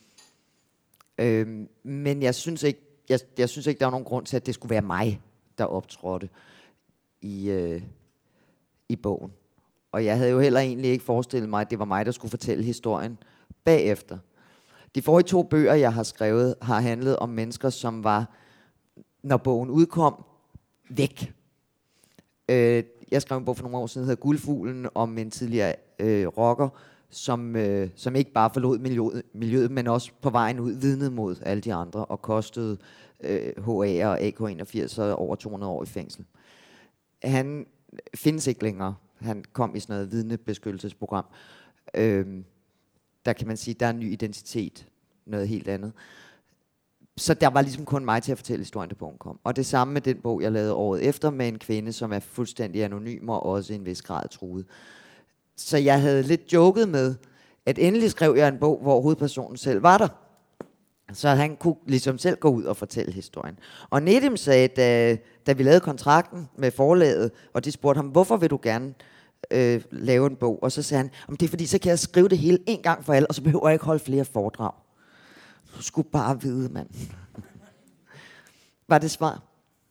Øhm, men jeg synes ikke, jeg, jeg synes ikke, der var nogen grund til, at det skulle være mig, der optrådte i, øh, i bogen. Og jeg havde jo heller egentlig ikke forestillet mig, at det var mig, der skulle fortælle historien bagefter. De forrige to bøger, jeg har skrevet, har handlet om mennesker, som var, når bogen udkom, væk. Øh, Jeg skrev en bog for nogle år siden, der hedder Guldfuglen, om en tidligere øh, rocker, som, øh, som ikke bare forlod miljøet, miljøet, men også på vejen ud vidnede mod alle de andre, og kostede øh, H A og A K enogfirs over to hundrede år i fængsel. Han findes ikke længere. Han kom i sådan noget vidnebeskyttelsesprogram. Øh, der kan man sige, der er en ny identitet, noget helt andet. Så der var ligesom kun mig til at fortælle historien, da bogen kom. Og det samme med den bog, jeg lavede året efter, med en kvinde, som er fuldstændig anonym og også i en vis grad truet. så jeg havde lidt joket med, at endelig skrev jeg en bog, hvor hovedpersonen selv var der. Så han kunne ligesom selv gå ud og fortælle historien. Og Nedim sagde, da, da vi lavede kontrakten med forlaget, og de spurgte ham, hvorfor vil du gerne øh, lave en bog? Og så sagde han, om det er fordi, så kan jeg skrive det hele en gang for alle, og så behøver jeg ikke holde flere foredrag. Du skulle bare vide, mand. Var det svar?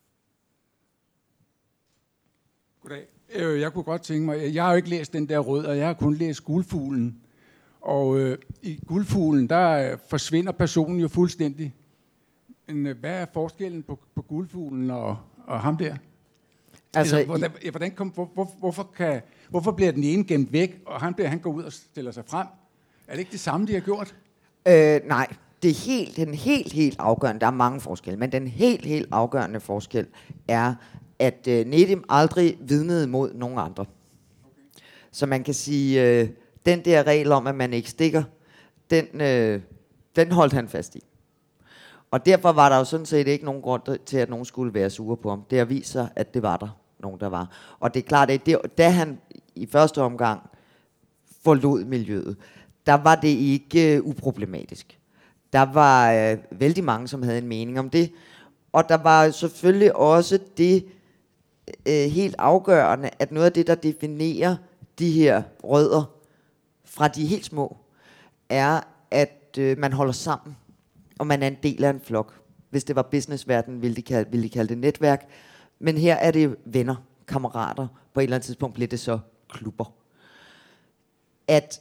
Goddag. Øh, jeg kunne godt tænke mig, jeg har jo ikke læst den der Rød, og jeg har kun læst Guldfuglen. Og øh, i Guldfuglen, der øh, forsvinder personen jo fuldstændig. Men øh, hvad er forskellen på, på Guldfuglen og, og ham der? Altså, altså hvordan, ja, hvordan kom, hvor, hvor, hvorfor, kan, hvorfor bliver den ene gemt væk, og ham der, han går ud og stiller sig frem? Er det ikke det samme, de har gjort? Øh, nej, det er helt, den helt, helt afgørende. Der er mange forskelle, men den helt, helt afgørende forskel er, at øh, Nedim aldrig vidnede mod nogen andre. Okay. Så man kan sige, øh, den der regel om, at man ikke stikker, den, øh, den holdt han fast i. Og derfor var der jo sådan set ikke nogen grund til, at nogen skulle være sure på ham. Det har vist sig, at det var der nogen, der var. Og det er klart, at det, da han i første omgang forlod miljøet, der var det ikke øh, uproblematisk. Der var øh, vældig mange, som havde en mening om det. Og der var selvfølgelig også det øh, helt afgørende, at noget af det, der definerer de her rødder fra de helt små, er, at øh, man holder sammen, og man er en del af en flok. Hvis det var businessverdenen, ville de kalde, ville de kalde det netværk. Men her er det venner, kammerater. På et eller andet tidspunkt bliver det så klubber. At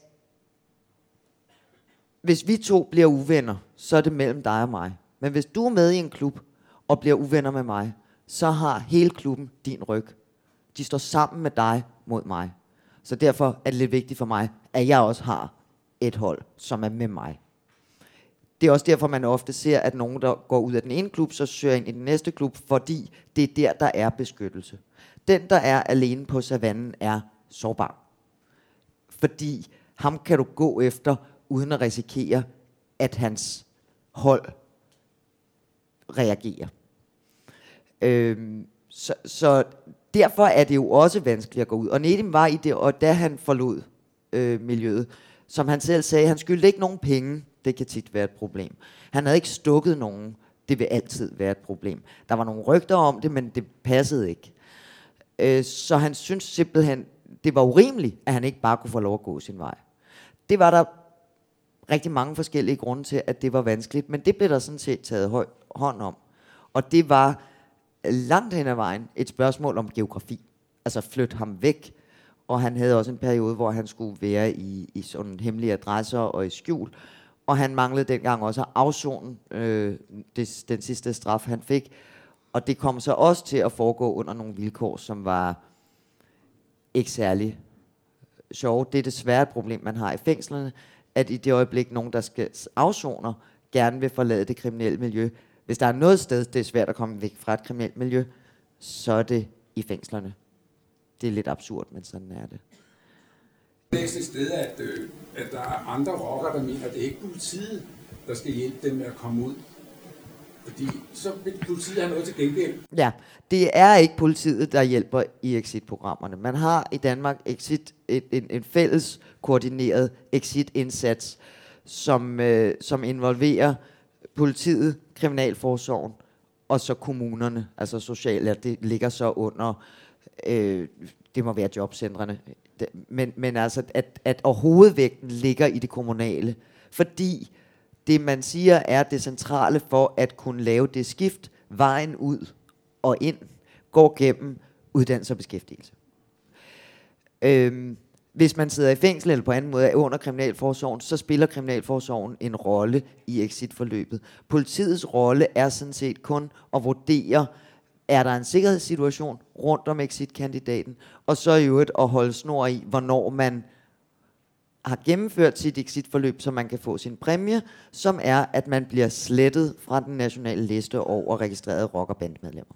hvis vi to bliver uvenner, så er det mellem dig og mig. Men hvis du er med i en klub og bliver uvenner med mig, så har hele klubben din ryg. De står sammen med dig mod mig. Så derfor er det lidt vigtigt for mig, at jeg også har et hold, som er med mig. Det er også derfor, man ofte ser, at nogen, der går ud af den ene klub, så søger ind i den næste klub, fordi det er der, der er beskyttelse. Den, der er alene på savannen, er sårbar. Fordi ham kan du gå efter, uden at risikere, at hans hold reagerer. Øhm, så, så derfor er det jo også vanskeligt at gå ud. Og Nedim var i det, og da han forlod øh, miljøet, som han selv sagde, han skyldte ikke nogen penge. Det kan tit være et problem. Han havde ikke stukket nogen. Det vil altid være et problem. Der var nogle rygter om det, men det passede ikke. Øh, så han synes simpelthen, det var urimeligt, at han ikke bare kunne få lov at gå sin vej. Det var der rigtig mange forskellige grunde til, at det var vanskeligt, men det blev der sådan set taget høj, hånd om. Og det var langt hen ad vejen et spørgsmål om geografi. Altså flytte ham væk. Og han havde også en periode, hvor han skulle være i, i sådan hemmelige adresser og i skjul. Og han manglede dengang også at afzone øh, det, den sidste straf, han fik. Og det kom så også til at foregå under nogle vilkår, som var ikke særlig sjove. Det er desværre et problem, man har i fængslerne, at i det øjeblik, nogen, der skal afzoner, gerne vil forlade det kriminelle miljø. Hvis der er noget sted, det er svært at komme væk fra et kriminelt miljø, så er det i fængslerne. Det er lidt absurd, men sådan er det. Jeg læste et sted, at, øh, at der er andre rockere, der mener, at det er ikke politiet, der skal hjælpe dem med at komme ud. Fordi så vil politiet have noget til gengæld. Ja, det er ikke politiet, der hjælper i exit-programmerne. Man har i Danmark exit, et, en, en fælles koordineret exit-indsats, som, øh, som involverer politiet, kriminalforsorgen og så kommunerne, altså sociale, det ligger så under, øh, det må være jobcentrene, men, men altså, at, at hovedvægten ligger i det kommunale, fordi det, man siger, er det centrale for at kunne lave det skift, vejen ud og ind, går gennem uddannelse og beskæftigelse. Øhm, hvis man sidder i fængsel eller på anden måde er under kriminalforsorgen, så spiller kriminalforsorgen en rolle i exitforløbet. Politiets rolle er sådan set kun at vurdere, er der en sikkerhedssituation rundt om exit-kandidaten, og så i øvrigt at holde snor i, hvornår man har gennemført sit exit-forløb, så man kan få sin præmie, som er, at man bliver slettet fra den nationale liste over registrerede rock- og bandemedlemmer.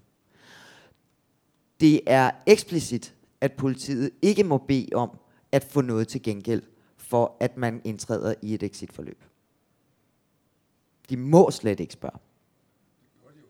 Det er eksplicit, at politiet ikke må bede om at få noget til gengæld for, at man indtræder i et exit-forløb. De må slet ikke spørge.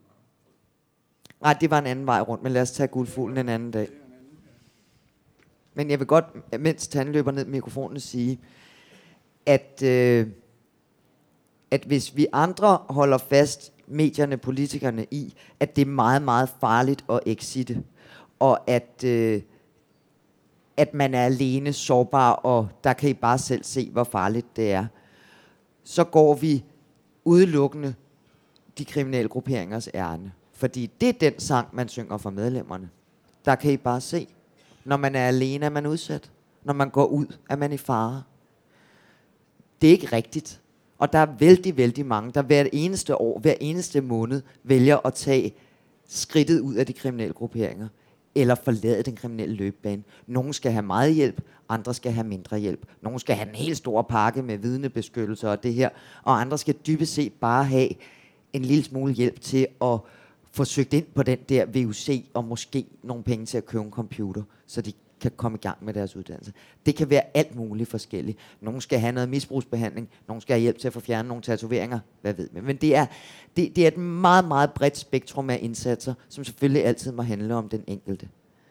Nej, det var en anden vej rundt, men lad os tage Guldfuglen en anden dag. Men jeg vil godt, mens Tanne løber ned mikrofonen, sige, at, øh, at hvis vi andre holder fast, medierne, politikerne, i, at det er meget, meget farligt at exitte, og at, øh, at man er alene sårbar, og der kan I bare selv se, hvor farligt det er, så går vi udelukkende de kriminelle grupperingers ærne. Fordi det er den sang, man synger for medlemmerne. Der kan I bare se. Når man er alene, er man udsat. Når man går ud, er man i fare. Det er ikke rigtigt. Og der er vældig, vældig mange, der hver eneste år, hver eneste måned, vælger at tage skridtet ud af de kriminelle grupperinger. Eller forlade den kriminelle løbebane. Nogle skal have meget hjælp, andre skal have mindre hjælp. Nogle skal have en helt stor pakke med vidnebeskyttelse og det her. Og andre skal dybest set bare have en lille smule hjælp til at få søgt ind på den der V U C, og måske nogle penge til at købe en computer, så de kan komme i gang med deres uddannelse. Det kan være alt muligt forskelligt. Nogle skal have noget misbrugsbehandling, nogle skal have hjælp til at få fjernet nogle tatoveringer, hvad ved man. Men det er, det, det er et meget, meget bredt spektrum af indsatser, som selvfølgelig altid må handle om den enkelte.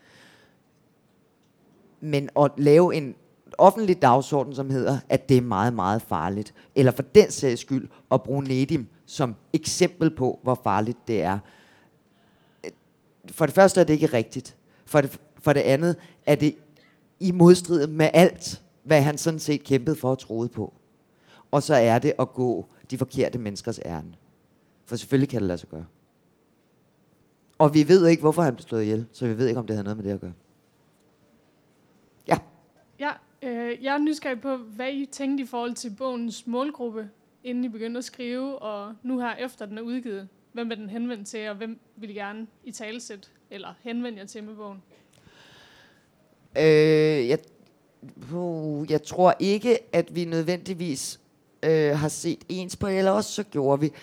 Men at lave en offentlig dagsorden, som hedder, at det er meget, meget farligt, eller for den sags skyld at bruge Nedim som eksempel på, hvor farligt det er. For det første er det ikke rigtigt. For det, for det andet er det i modstrid med alt, hvad han sådan set kæmpede for og troede på. Og så er det at gå de forkerte menneskers ærne. For selvfølgelig kan det lade sig gøre. Og vi ved ikke, hvorfor han blev slået ihjel, så vi ved ikke, om det havde noget med det at gøre. Ja. Ja, øh, jeg er nysgerrig på, hvad I tænkte i forhold til bogens målgruppe, inden I begyndte at skrive, og nu her efter den er udgivet. Hvem er den henvendt til, og hvem vil I gerne i talesæt, eller henvende jer til med bogen? Øh, jeg, uh, jeg tror ikke, at vi nødvendigvis øh, har set ens på, eller også så gjorde vi.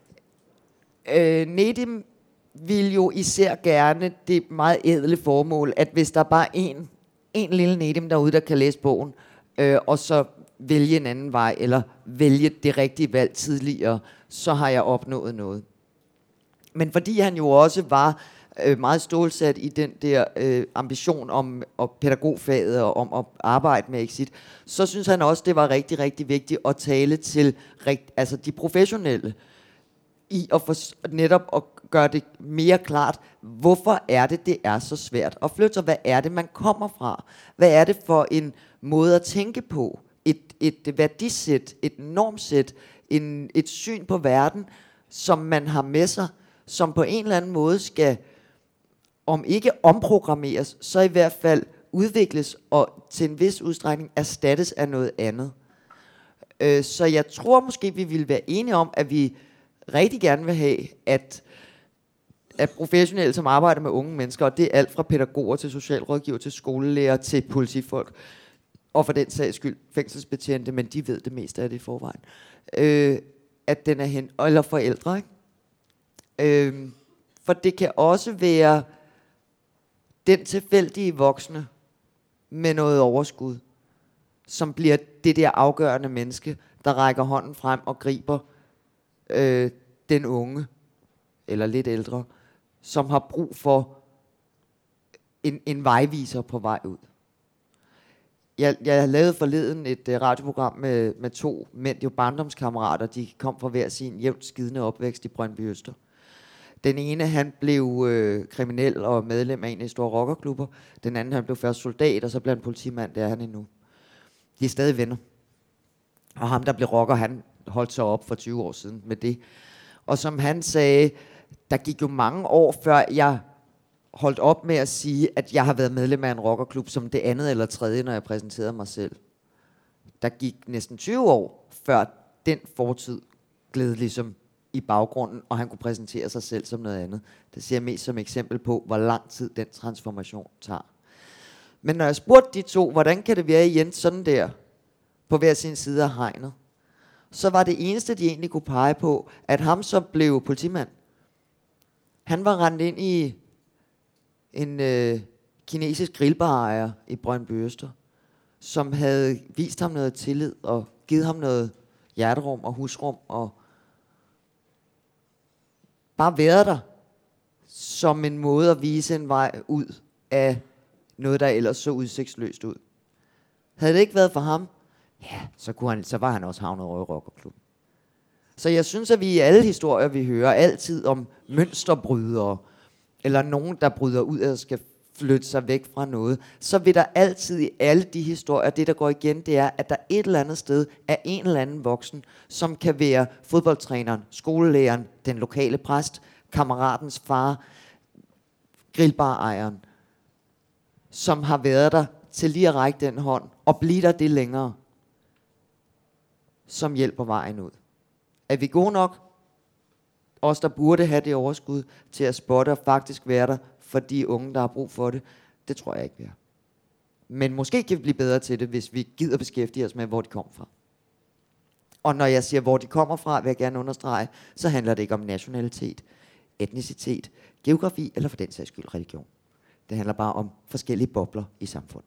Øh, Nedim vil jo især gerne det meget ædle formål, at hvis der bare er en, en lille Nedim derude, der kan læse bogen, øh, og så vælge en anden vej, eller vælge det rigtige valg tidligere, så har jeg opnået noget. Men fordi han jo også var øh, meget stålsat i den der øh, ambition om og pædagogfaget og om at arbejde med exit, så synes han også, det var rigtig, rigtig vigtigt at tale til rigt, altså de professionelle i at for, netop at gøre det mere klart, hvorfor er det, det er så svært at flytte sig? Hvad er det, man kommer fra? Hvad er det for en måde at tænke på? Et, et værdisæt, et normsæt, en, et syn på verden, som man har med sig, som på en eller anden måde skal, om ikke omprogrammeres, så i hvert fald udvikles og til en vis udstrækning erstattes af noget andet. Øh, så jeg tror måske, vi ville være enige om, at vi rigtig gerne vil have, at, at professionelle, som arbejder med unge mennesker, og det er alt fra pædagoger til socialrådgiver til skolelærer til politifolk, og for den sags skyld fængselsbetjente, men de ved det meste af det i forvejen, øh, at den er hen, eller forældre, ikke? Øh, for det kan også være den tilfældige voksne med noget overskud, som bliver det der afgørende menneske, der rækker hånden frem og griber øh, den unge, eller lidt ældre, som har brug for en, en vejviser på vej ud. Jeg, jeg lavede forleden et uh, radioprogram med, med to mænd, jo barndomskammerater, de kom fra hver sin jævnt skidende opvækst i Brøndby Øster. Den ene, han blev øh, kriminel og medlem af en af de store rockerklubber. Den anden, han blev først soldat, og så blev han politimand, det er han endnu. De er stadig venner. Og ham, der blev rocker, han holdt sig op for tyve år siden med det. Og som han sagde, der gik jo mange år, før jeg holdt op med at sige, at jeg har været medlem af en rockerklub som det andet eller tredje, når jeg præsenterede mig selv. Der gik næsten tyve år, før den fortid gled ligesom i baggrunden, og han kunne præsentere sig selv som noget andet. Det ser jeg mest som eksempel på, hvor lang tid den transformation tager. Men når jeg spurgte de to, hvordan kan det være igen sådan der, på hver sin side af hegnet, så var det eneste, de egentlig kunne pege på, at ham så blev politimand. Han var rendt ind i en øh, kinesisk grillbarejer i Brøndby Øster, som havde vist ham noget tillid og givet ham noget hjerterum og husrum og bare været der som en måde at vise en vej ud af noget, der ellers så udsigtsløst ud. Havde det ikke været for ham, ja, så, kunne han, så var han også havnet over i rockerklubben. Så jeg synes, at vi i alle historier, vi hører altid om mønsterbrydere, eller nogen, der bryder ud og skal flytte sig væk fra noget, så vil der altid i alle de historier, det der går igen, det er, at der et eller andet sted er en eller anden voksen, som kan være fodboldtræneren, skolelæreren, den lokale præst, kammeratens far, grillbarejeren, som har været der til lige at række den hånd, og blive der det længere, som hjælper vejen ud. Er vi gode nok? Os, der burde have det overskud til at spotte og faktisk være der for de unge, der har brug for det, det tror jeg ikke, vi er. Men måske kan vi blive bedre til det, hvis vi gider beskæftige os med, hvor de kommer fra. Og når jeg siger, hvor de kommer fra, vil jeg gerne understrege, så handler det ikke om nationalitet, etnicitet, geografi eller for den sags skyld religion. Det handler bare om forskellige bobler i samfundet.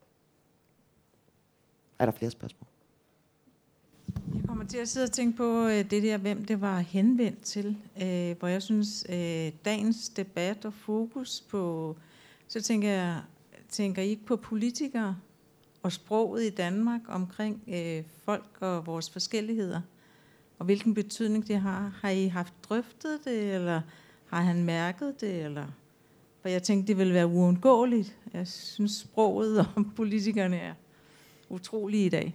Er der flere spørgsmål? Jeg kommer til at sidde og tænke på øh, det der, hvem det var henvendt til, øh, hvor jeg synes, øh, dagens debat og fokus på, så tænker jeg, tænker I ikke på politikere og sproget i Danmark omkring øh, folk og vores forskelligheder, og hvilken betydning det har. Har I haft drøftet det, eller har han mærket det, eller? For jeg tænkte, det ville være uundgåeligt. Jeg synes, sproget og politikerne er utrolige i dag.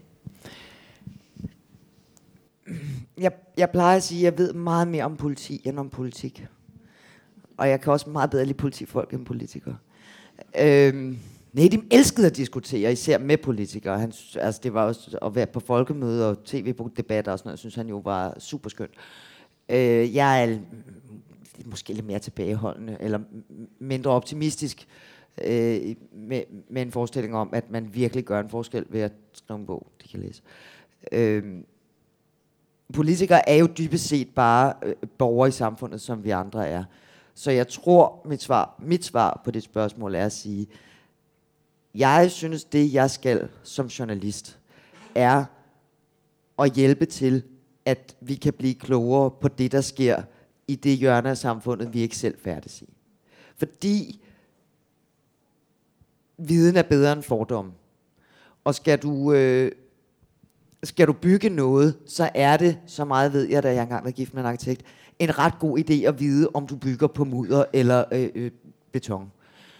Jeg, jeg plejer at sige, at jeg ved meget mere om politi end om politik. Og jeg kan også meget bedre lide politifolk end politikere. Øhm, Nedim elskede at diskutere, især med politikere. Han, altså det var også at være på folkemøder og tv-debatter og sådan noget, synes han jo var super skønt. Øh, jeg er måske lidt mere tilbageholdende, eller mindre optimistisk, øh, med, med en forestilling om, at man virkelig gør en forskel ved at skrive en bog, de kan læse. Øh, Politikere er jo dybest set bare øh, borgere i samfundet, som vi andre er. Så jeg tror, mit svar, mit svar på det spørgsmål er at sige, jeg synes, det jeg skal som journalist, er at hjælpe til, at vi kan blive klogere på det, der sker i det hjørne af samfundet, vi ikke selv færdes i. Fordi viden er bedre end fordom. Og skal du... Øh, Skal du bygge noget, så er det, så meget ved jeg, da jeg engang var gift med en arkitekt, en ret god idé at vide, om du bygger på mudder eller øh, øh, beton.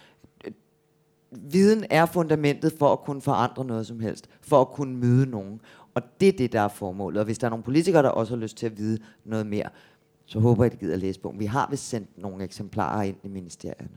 Viden er fundamentet for at kunne forandre noget som helst, for at kunne møde nogen. Og det er det, der er formålet. Og hvis der er nogle politikere, der også har lyst til at vide noget mere, så håber jeg, at de gider at læse bogen. Vi har vist sendt nogle eksemplarer ind i ministerierne.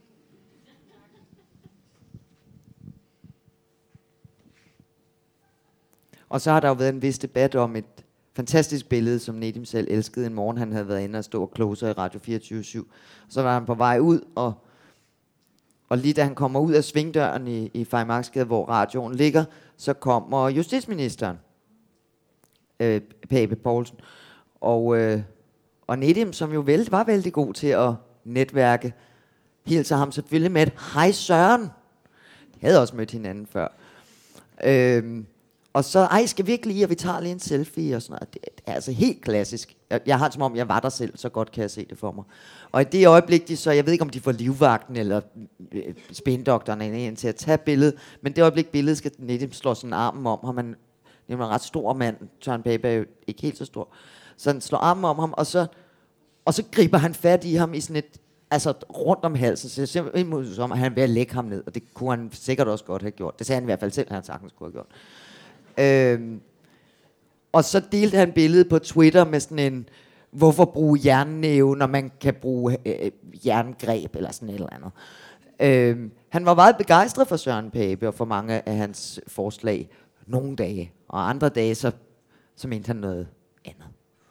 Og så har der jo været en vis debat om et fantastisk billede, som Nedim selv elskede en morgen. Han havde været inde og stå og kloge sig i Radio fireogtyve syv. Så var han på vej ud, og, og lige da han kommer ud af svingdøren i, i Farimagsgade, hvor radioen ligger, så kommer justitsministeren, øh, Pape Poulsen. Og, øh, og Nedim, som jo vældig, var vældig god til at netværke, hilser ham selvfølgelig med et hej Søren. De havde også mødt hinanden før. Øh, Og så, ej, skal vi ikke lige, og vi tager lige en selfie og sådan noget. Det er altså helt klassisk. Jeg, jeg har det som om, jeg var der selv, så godt kan jeg se det for mig. Og i det øjeblik, de så, jeg ved ikke, om de får livvagten eller øh, spindoktoren ind til at tage billedet, men det øjeblik, billedet skal Nedim slå sådan armen om ham. Han er en ret stor mand. Søren Pape er jo ikke helt så stor. Så han slår armen om ham, og så, og så griber han fat i ham i sådan et, altså rundt om halsen. Så det ser ud som, at han er ved at lægge ham ned, og det kunne han sikkert også godt have gjort. Det sagde han i hvert fald selv, at han sagtens kunne have gjort. Øhm, og så delte han billedet på Twitter med sådan en, hvorfor bruge jernnæve, når man kan bruge øh, jerngreb eller sådan et eller andet. Øhm, han var meget begejstret for Søren Pape og for mange af hans forslag nogle dage, og andre dage så, så mente han noget andet.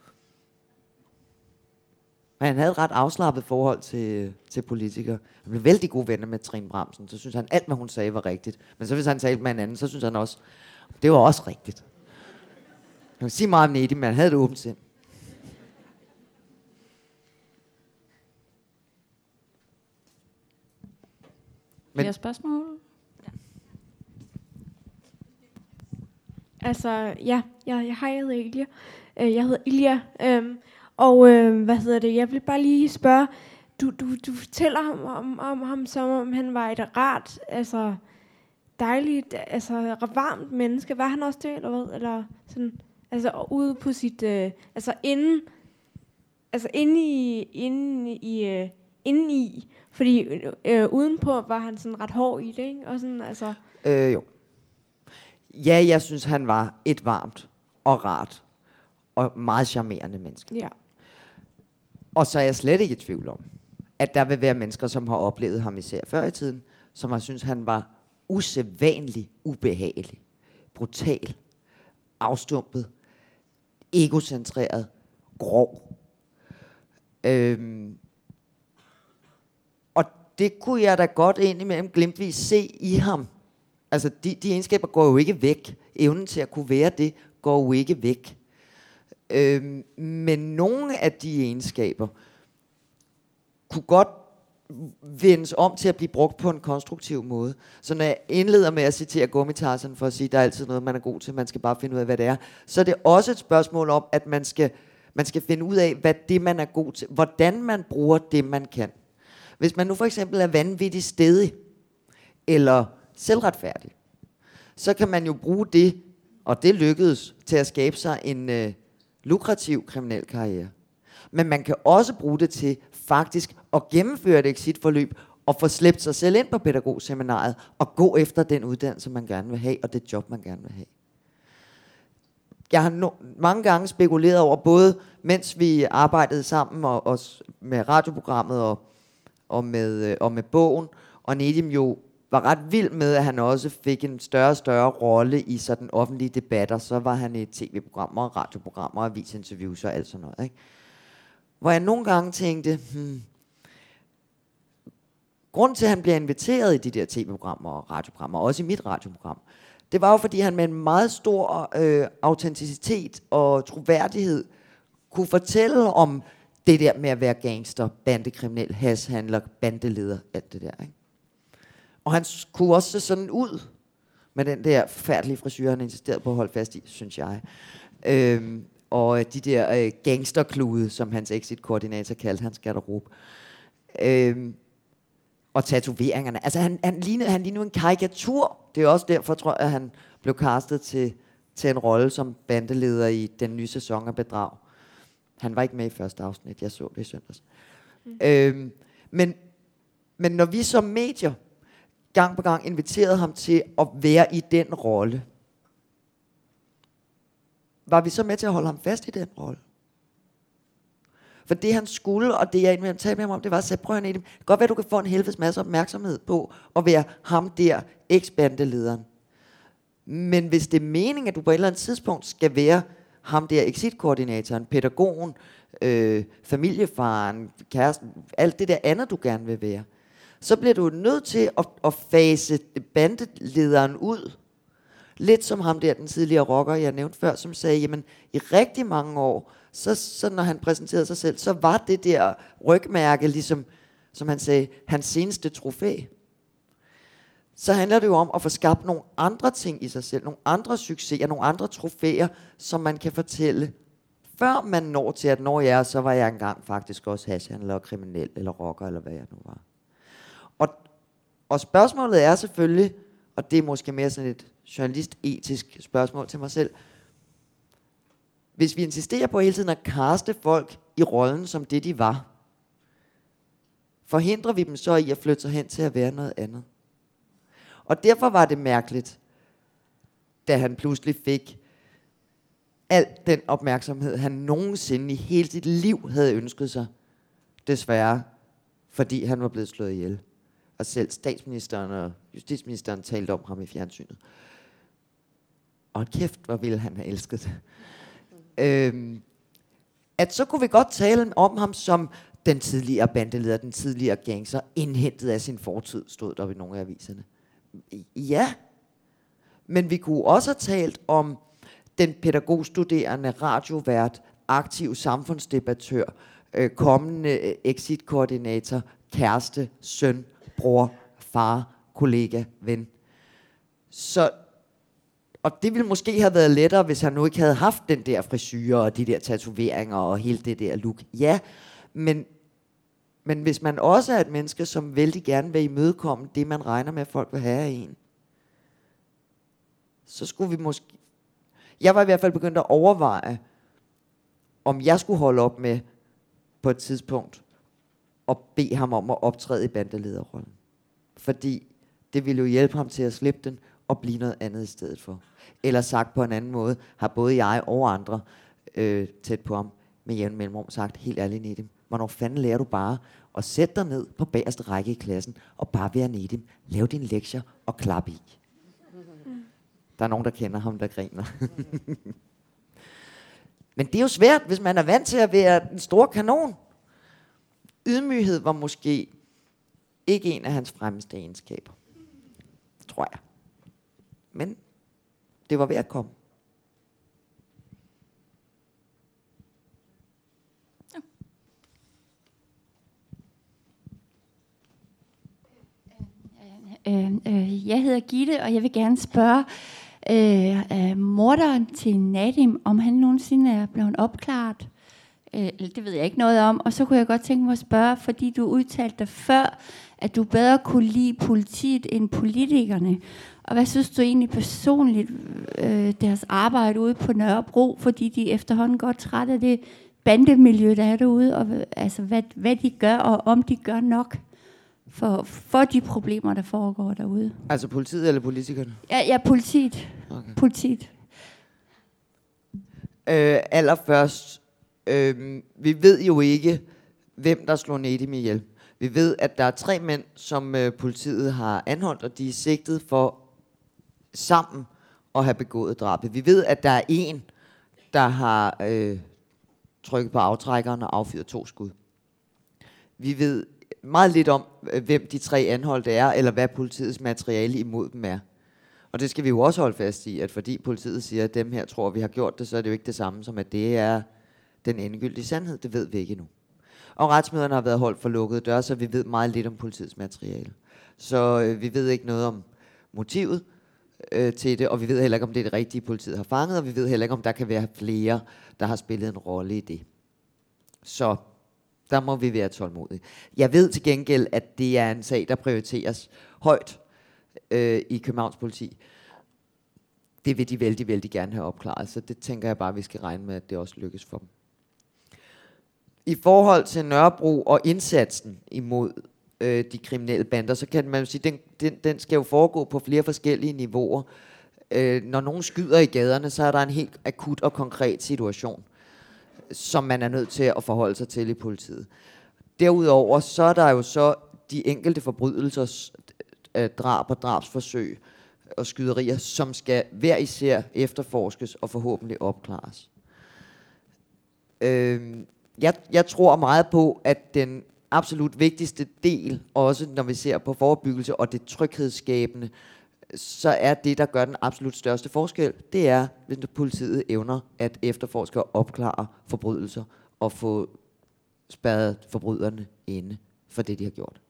Men han havde et ret afslappet forhold til, til politikere. Han blev vældig gode venner med Trine Bramsen, så synes han alt, hvad hun sagde var rigtigt. Men så hvis han talte med en anden, så synes han også, det var også rigtigt. Jeg kan sige meget om Nedim, men han havde det åbent sind. Men flere spørgsmål? Ja. Altså, ja, jeg, jeg, hej, jeg hedder Ilja. Uh, jeg hedder Ilja, um, og uh, hvad hedder det? Jeg vil bare lige spørge, du, du, du fortæller ham om, om ham, som om han var et rart, altså dejligt, altså varmt menneske. Var han også det, eller hvad? Eller sådan, altså ude på sit, øh, altså inden, altså inde i, inde i, øh, inde i, fordi øh, udenpå var han sådan ret hård i det, ikke? Og sådan, altså. Øh, jo. Ja, jeg synes, han var et varmt og rart og meget charmerende menneske. Ja. Og så er jeg slet ikke i tvivl om, at der vil være mennesker, som har oplevet ham især før i tiden, som har syntes, han var usædvanlig ubehagelig, brutal, afstumpet, egocentreret, grov. Øhm, og det kunne jeg da godt indimellem glimtvis se i ham. Altså, de, de egenskaber går jo ikke væk. Evnen til at kunne være det, går jo ikke væk. Øhm, men nogle af de egenskaber kunne godt vendes om til at blive brugt på en konstruktiv måde. Så når jeg indleder med at citere Gummitarsen for at sige, at der er altid noget, man er god til, man skal bare finde ud af, hvad det er, så er det også et spørgsmål om, at man skal, man skal finde ud af, hvad det, man er god til, hvordan man bruger det, man kan. Hvis man nu for eksempel er vanvittigt stædig, eller selvretfærdig, så kan man jo bruge det, og det lykkedes, til at skabe sig en øh, lukrativ kriminel karriere. Men man kan også bruge det til faktisk at gennemføre et exit-forløb og få slæbt sig selv ind på pædagogseminaret og gå efter den uddannelse, man gerne vil have, og det job, man gerne vil have. Jeg har no- mange gange spekuleret over, både mens vi arbejdede sammen og, og med radioprogrammet og, og, med, øh, og med bogen, og Nedim jo var ret vild med, at han også fik en større og større rolle i sådan offentlige debatter. Så var han i tv-programmer, radioprogrammer, avisinterviews og alt sådan noget, ikke? Hvor jeg nogle gange tænkte, hmm, grunden til, at han bliver inviteret i de der tv-programmer og radioprogrammer, også i mit radioprogram, det var jo, fordi han med en meget stor øh, autenticitet og troværdighed kunne fortælle om det der med at være gangster, bandekriminel, hashhandler, bandeleder, alt det der, ikke? Og han kunne også se sådan ud med den der forfærdelige frisyr, han insisterede på at holde fast i, synes jeg. Øhm, og de der øh, gangsterklude, som hans exit-koordinator kaldte hans garderobe. Øhm, og tatoveringerne. Altså han, han, lignede, han lignede en karikatur. Det er også derfor, tror jeg, at han blev castet til, til en rolle som bandeleder i den nye sæson af Bedrag. Han var ikke med i første afsnit, jeg så det i søndags. Mm. Øhm, men, men når vi som medier gang på gang inviterede ham til at være i den rolle, var vi så med til at holde ham fast i den rolle? For det han skulle, og det jeg egentlig talte med ham om, det var at sige, prøv at det kan godt være, du kan få en helvedes masse opmærksomhed på at være ham der, eks-bandelederen. Men hvis det er meningen, at du på et eller andet tidspunkt skal være ham der, exit-koordinatoren, pædagogen, øh, familiefaren, kæresten, alt det der andet, du gerne vil være, så bliver du nødt til at, at fase bandelederen ud. Lidt som ham der, den tidligere rocker, jeg nævnte før, som sagde, jamen i rigtig mange år, så, så når han præsenterede sig selv, så var det der rygmærke, ligesom, som han sagde, hans seneste trofæ. Så handler det jo om at få skabt nogle andre ting i sig selv, nogle andre succeser, nogle andre trofæer, som man kan fortælle, før man når til, at når jeg er, så var jeg engang faktisk også hashhandler og kriminel, eller rocker, eller hvad jeg nu var. Og, og spørgsmålet er selvfølgelig, og det er måske mere sådan et journalistetisk spørgsmål til mig selv, hvis vi insisterer på hele tiden at kaste folk i rollen som det de var, forhindrer vi dem så i at flytte sig hen til at være noget andet. Og derfor var det mærkeligt, da han pludselig fik al den opmærksomhed, han nogensinde i hele sit liv havde ønsket sig, desværre, fordi han var blevet slået ihjel. Og selv statsministeren og justitsministeren talte om ham i fjernsynet. Og kæft, hvor ville han have elsket det. Øhm, at så kunne vi godt tale om ham som den tidligere bandeleder, den tidligere gangster, indhentet af sin fortid, stod der ved nogle af aviserne. Ja, men vi kunne også have talt om den pædagogstuderende, radiovært, aktiv samfundsdebattør, øh, kommende exit-koordinator, kæreste, søn, bror, far, kollega, ven. Så, og det ville måske have været lettere, hvis han nu ikke havde haft den der frisyre og de der tatoveringer og hele det der look. Ja, men, Men hvis man også er et menneske, som vældig gerne vil imødekomme det, man regner med, at folk vil have af en, så skulle vi måske... Jeg var i hvert fald begyndt at overveje, om jeg skulle holde op med på et tidspunkt og bede ham om at optræde i bandelederrollen. Fordi det ville jo hjælpe ham til at slippe den og blive noget andet i stedet for. Eller sagt på en anden måde, har både jeg og andre øh, tæt på ham med jævn mellemrum sagt, helt ærligt Nedim, hvornår fanden lærer du bare at sætte dig ned på bagerste række i klassen og bare være Nedim, lave dine lektier og klap i. Der er nogen, der kender ham, der griner. Men det er jo svært, hvis man er vant til at være en stor kanon. Ydmyghed var måske ikke en af hans fremmeste egenskaber. Tror jeg. Men det var ved at komme. Øh, øh, jeg hedder Gitte, og jeg vil gerne spørge øh, øh, morderen til Nadim, om han nogensinde er blevet opklaret. Øh, det ved jeg ikke noget om. Og så kunne jeg godt tænke mig at spørge, fordi du udtalte dig før, at du bedre kunne lide politiet end politikerne. Og hvad synes du egentlig personligt, øh, deres arbejde ude på Nørrebro, fordi de efterhånden godt træt af det bandemiljø, der er derude, og altså, hvad, hvad de gør, og om de gør nok for, for de problemer, der foregår derude. Altså politiet eller politikerne? Ja, ja politiet. Okay. Politiet. Øh, allerførst, øh, vi ved jo ikke, hvem der slår Nedim ihjel. Vi ved, at der er tre mænd, som øh, politiet har anholdt, og de er sigtet for sammen at have begået drabet. Vi ved, at der er en, der har øh, trykket på aftrækkeren og affyret to skud. Vi ved meget lidt om, øh, hvem de tre anholdte er, eller hvad politiets materiale imod dem er. Og det skal vi jo også holde fast i, at fordi politiet siger, at dem her tror, vi har gjort det, så er det jo ikke det samme som, at det er den endegyldige sandhed. Det ved vi ikke endnu. Og retsmøderne har været holdt for lukkede døre, så vi ved meget lidt om politiets materiale. Så øh, vi ved ikke noget om motivet øh, til det, og vi ved heller ikke, om det er det rigtige, politiet har fanget, og vi ved heller ikke, om der kan være flere, der har spillet en rolle i det. Så der må vi være tålmodige. Jeg ved til gengæld, at det er en sag, der prioriteres højt øh, i Københavns politi. Det vil de vældig, vældig gerne have opklaret, så det tænker jeg bare, vi skal regne med, at det også lykkes for dem. I forhold til Nørrebro og indsatsen imod øh, de kriminelle bander, så kan man jo sige, den, den, den skal jo foregå på flere forskellige niveauer. Øh, når nogen skyder i gaderne, så er der en helt akut og konkret situation, som man er nødt til at forholde sig til i politiet. Derudover så er der jo så de enkelte forbrydelsers øh, drab og drabsforsøg og skyderier, som skal hver især efterforskes og forhåbentlig opklares. Øh, Jeg, jeg tror meget på, at den absolut vigtigste del, også når vi ser på forebyggelse og det tryghedsskabende, så er det, der gør den absolut største forskel, det er, hvis politiet evner at efterforske og opklare forbrydelser og få spærret forbryderne inde for det, de har gjort.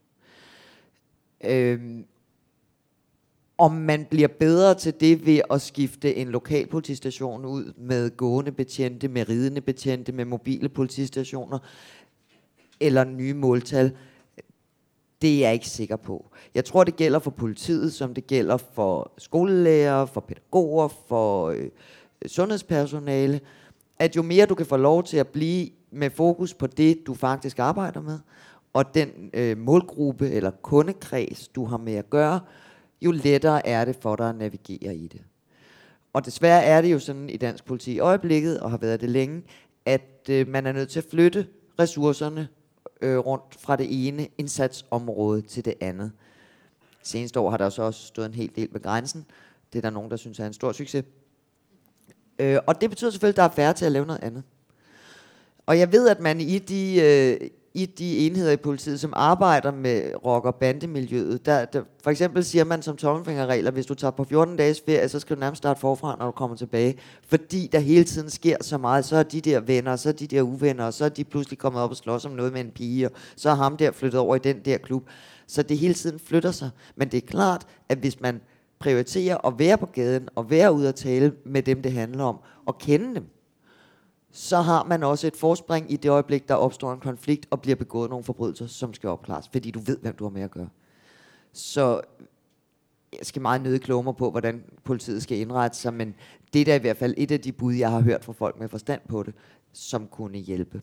Øhm, om man bliver bedre til det ved at skifte en lokal politistation ud med gående betjente, med ridende betjente, med mobile politistationer, eller nye måltal, det er jeg ikke sikker på. Jeg tror, det gælder for politiet, som det gælder for skolelærer, for pædagoger, for øh, sundhedspersonale, at jo mere du kan få lov til at blive med fokus på det, du faktisk arbejder med, og den øh, målgruppe eller kundekreds, du har med at gøre, jo lettere er det for dig at navigere i det. Og desværre er det jo sådan i dansk politi i øjeblikket, og har været det længe, at øh, man er nødt til at flytte ressourcerne øh, rundt fra det ene indsatsområde til det andet. Seneste år har der så også stået en hel del ved grænsen. Det er der nogen, der synes er en stor succes. Øh, og det betyder selvfølgelig, at der er færre til at lave noget andet. Og jeg ved, at man i de... Øh, i de enheder i politiet, som arbejder med rock- og bandemiljøet. Der, der, for eksempel siger man som tommelfingerregler, hvis du tager på fjorten dages ferie, så skal du nærmest starte forfra, når du kommer tilbage. Fordi der hele tiden sker så meget. Så er de der venner, så er de der uvenner, og så er de pludselig kommet op og slås om noget med en pige, og så er ham der flyttet over i den der klub. Så det hele tiden flytter sig. Men det er klart, at hvis man prioriterer at være på gaden, og være ude og tale med dem, det handler om, og kende dem, så har man også et forspring i det øjeblik, der opstår en konflikt og bliver begået nogle forbrydelser, som skal opklares, fordi du ved, hvem du har med at gøre. Så jeg skal meget nødig kloge mig på, hvordan politiet skal indrette sig, men det er da i hvert fald et af de bud, jeg har hørt fra folk med forstand på det, som kunne hjælpe.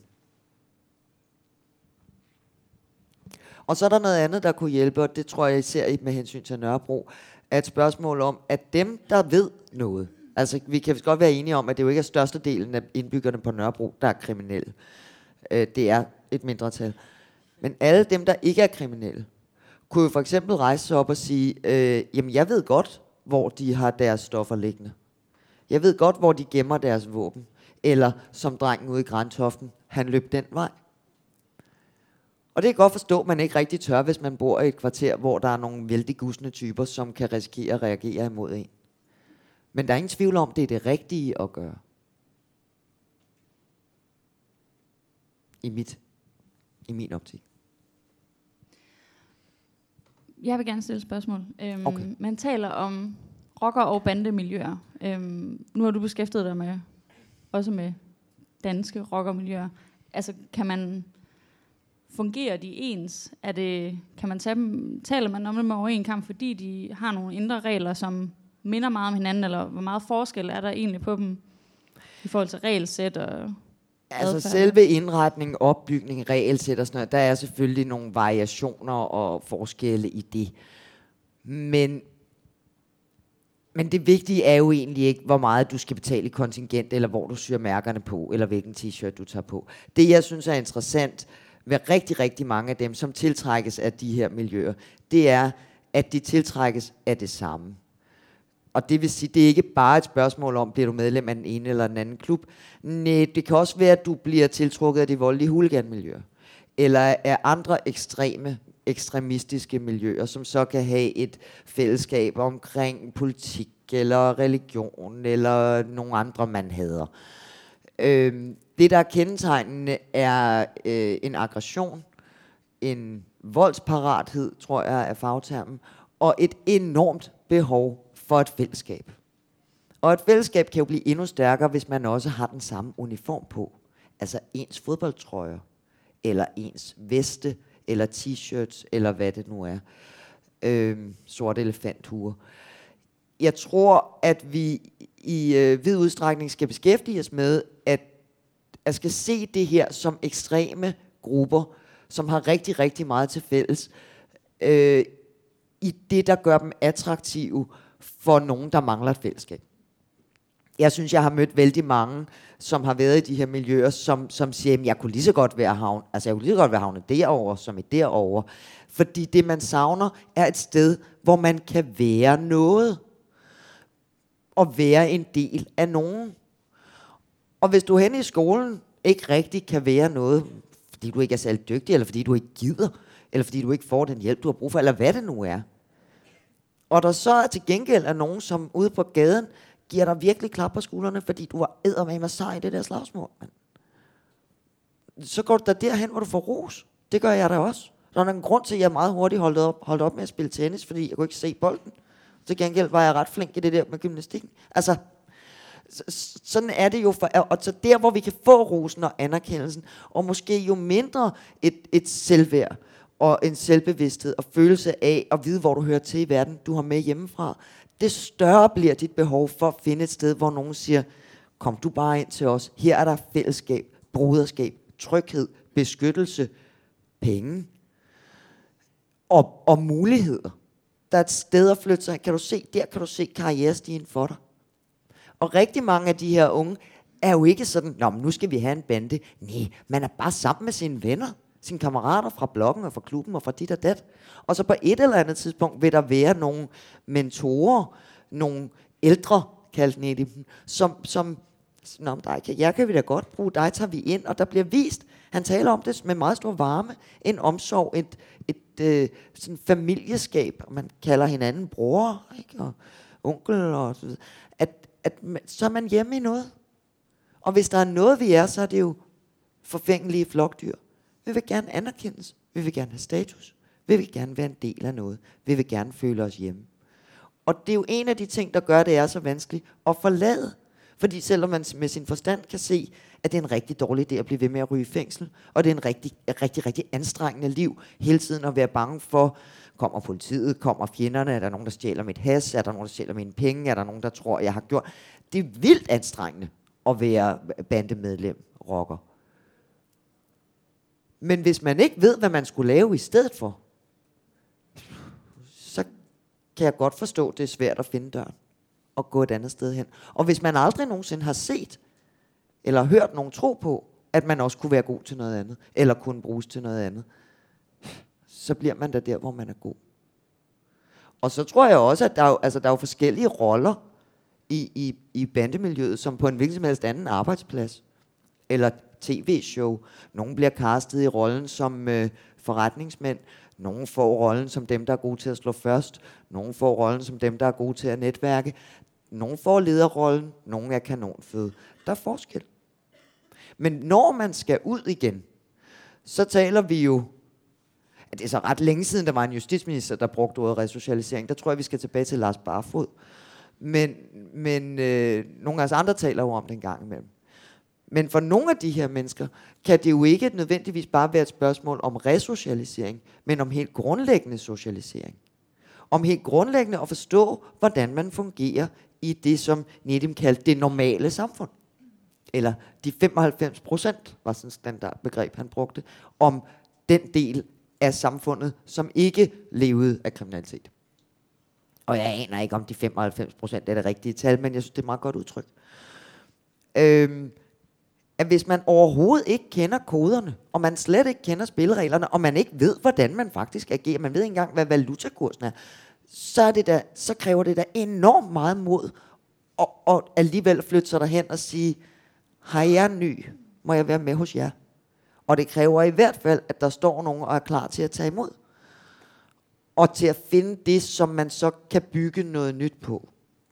Og så er der noget andet, der kunne hjælpe, og det tror jeg især med hensyn til Nørrebro, er et spørgsmål om, at dem, der ved noget, altså vi kan godt være enige om, at det jo ikke er størstedelen af indbyggerne på Nørrebro, der er kriminelle. Øh, det er et mindretal. Men alle dem, der ikke er kriminelle, kunne jo for eksempel rejse sig op og sige, øh, jamen jeg ved godt, hvor de har deres stoffer liggende. Jeg ved godt, hvor de gemmer deres våben. Eller som drengen ude i Grantoften, han løb den vej. Og det kan godt forstå, at man ikke rigtig tør, hvis man bor i et kvarter, hvor der er nogle vældig gusne typer, som kan risikere at reagere imod en. Men der er ingen tvivl om, det er det rigtige at gøre. I mit, i min optik. Jeg vil gerne stille et spørgsmål. Øhm, okay. Man taler om rocker- og bandemiljøer. Øhm, nu har du beskæftiget dig med, også med danske rockermiljøer. Altså, kan man fungere de ens? Er det, kan man tage dem, taler man om dem over en kamp, fordi de har nogle indre regler, som minder meget om hinanden, eller hvor meget forskel er der egentlig på dem i forhold til regelsæt og altså adfærd? Selve indretning, opbygning, regelsæt og sådan noget, der er selvfølgelig nogle variationer og forskelle i det. Men, men det vigtige er jo egentlig ikke, hvor meget du skal betale i kontingent, eller hvor du syr mærkerne på, eller hvilken t-shirt du tager på. Det jeg synes er interessant ved rigtig, rigtig mange af dem, som tiltrækkes af de her miljøer, det er, at de tiltrækkes af det samme. Og det vil sige, det er ikke bare et spørgsmål om, bliver du medlem af den ene eller den anden klub. Nej, det kan også være, at du bliver tiltrukket af de voldelige hooliganmiljøer. Eller af andre ekstreme, ekstremistiske miljøer, som så kan have et fællesskab omkring politik, eller religion, eller nogle andre, man hader. Øhm, det, der er kendetegnende, er øh, en aggression, en voldsparathed, tror jeg er fagtermen, og et enormt behov for et fællesskab. Og et fællesskab kan jo blive endnu stærkere, hvis man også har den samme uniform på. Altså ens fodboldtrøjer, eller ens veste, eller t-shirts, eller hvad det nu er. Øhm, sorte elefanthuer. Jeg tror, at vi i øh, vid udstrækning skal beskæftige os med, at jeg skal se det her som ekstreme grupper, som har rigtig, rigtig meget til fælles, øh, i det, der gør dem attraktive for nogen, der mangler et fællesskab. Jeg synes, jeg har mødt vældig mange, som har været i de her miljøer, som, som siger, at jeg kunne lige så godt være havn, altså jeg kunne lige så godt være havnet derovre, som i derovre. Fordi det, man savner, er et sted, hvor man kan være noget. Og være en del af nogen. Og hvis du hen i skolen ikke rigtig kan være noget, fordi du ikke er særlig dygtig, eller fordi du ikke gider, eller fordi du ikke får den hjælp, du har brug for, eller hvad det nu er. Og der så er til gengæld er nogen, som ude på gaden giver dig virkelig klap på skuldrene, fordi du var eddermame sej i det der slagsmål. Men så går du da derhen, hvor du får ros. Det gør jeg da også. Der er en grund til, at jeg meget hurtigt holdt op, holdt op med at spille tennis, fordi jeg kunne ikke se bolden. Til gengæld var jeg ret flink i det der med gymnastikken. Altså, sådan er det jo. For, og så der, hvor vi kan få rosen og anerkendelsen, og måske jo mindre et, et selvværd, og en selvbevidsthed og følelse af at vide, hvor du hører til i verden, du har med hjemmefra, det større bliver dit behov for at finde et sted, hvor nogen siger, kom du bare ind til os, her er der fællesskab, broderskab, tryghed, beskyttelse, penge og, og muligheder. Der er et sted at flytte sig. Kan du se, der kan du se karrierestigen for dig. Og rigtig mange af de her unge er jo ikke sådan, nå, men nu skal vi have en bande. Nej, man er bare sammen med sine venner, sine kammerater fra bloggen og fra klubben og fra dit og dat. Og så på et eller andet tidspunkt vil der være nogle mentorer, nogle ældre, kaldte Nedi dem, som, som nå, dig kan, jeg kan vi da godt bruge, dig tager vi ind, og der bliver vist, han taler om det med meget stor varme, en omsorg, et, et øh, sådan familieskab, man kalder hinanden bror, ikke? Og onkel, og så videre. At, at så er man hjemme i noget. Og hvis der er noget, vi er, så er det jo forfængelige flokdyr. Vi vil gerne anerkendes, vi vil gerne have status, vi vil gerne være en del af noget, vi vil gerne føle os hjemme. Og det er jo en af de ting, der gør, det er så vanskeligt at forlade. Fordi selvom man med sin forstand kan se, at det er en rigtig dårlig idé at blive ved med at ryge i fængsel, og det er en rigtig, rigtig, rigtig anstrengende liv, hele tiden at være bange for, kommer politiet, kommer fjenderne, er der nogen, der stjæler mit has, er der nogen, der stjæler mine penge, er der nogen, der tror, jeg har gjort. Det er vildt anstrengende at være bandemedlem, rocker. Men hvis man ikke ved, hvad man skulle lave i stedet for, så kan jeg godt forstå, at det er svært at finde døren og gå et andet sted hen. Og hvis man aldrig nogensinde har set eller hørt nogen tro på, at man også kunne være god til noget andet, eller kunne bruges til noget andet, så bliver man da der, hvor man er god. Og så tror jeg også, at der er jo, altså, der er jo forskellige roller i, i, i bandemiljøet, som på en hvilken som helst anden arbejdsplads, eller tv-show. Nogle bliver castet i rollen som øh, forretningsmænd, nogle får rollen som dem, der er gode til at slå først, nogle får rollen som dem, der er gode til at netværke, nogle får lederrollen, nogle er kanonføde. Der er forskel. Men når man skal ud igen, så taler vi jo, at det er så ret længe siden, der var en justitsminister, der brugte ordet resocialisering. Der tror jeg, vi skal tilbage til Lars Barfod. Men, men øh, nogle af os andre taler jo om det en gang imellem. Men for nogle af de her mennesker, kan det jo ikke nødvendigvis bare være et spørgsmål om resocialisering, men om helt grundlæggende socialisering. Om helt grundlæggende at forstå, hvordan man fungerer i det, som Nedim kaldte det normale samfund. Eller de femoghalvfems procent var sådan et standardbegreb, han brugte, om den del af samfundet, som ikke levede af kriminalitet. Og jeg aner ikke, om de femoghalvfems procent er det rigtige tal, men jeg synes, det er et meget godt udtryk. Øhm, at hvis man overhovedet ikke kender koderne, og man slet ikke kender spillereglerne, og man ikke ved, hvordan man faktisk agerer, man ved ikke engang, hvad valutakursen er, så, er det da, så kræver det da enormt meget mod, og, og alligevel flytte sig derhen og sige, har jeg ny, må jeg være med hos jer. Og det kræver i hvert fald, at der står nogen og er klar til at tage imod. Og til at finde det, som man så kan bygge noget nyt på.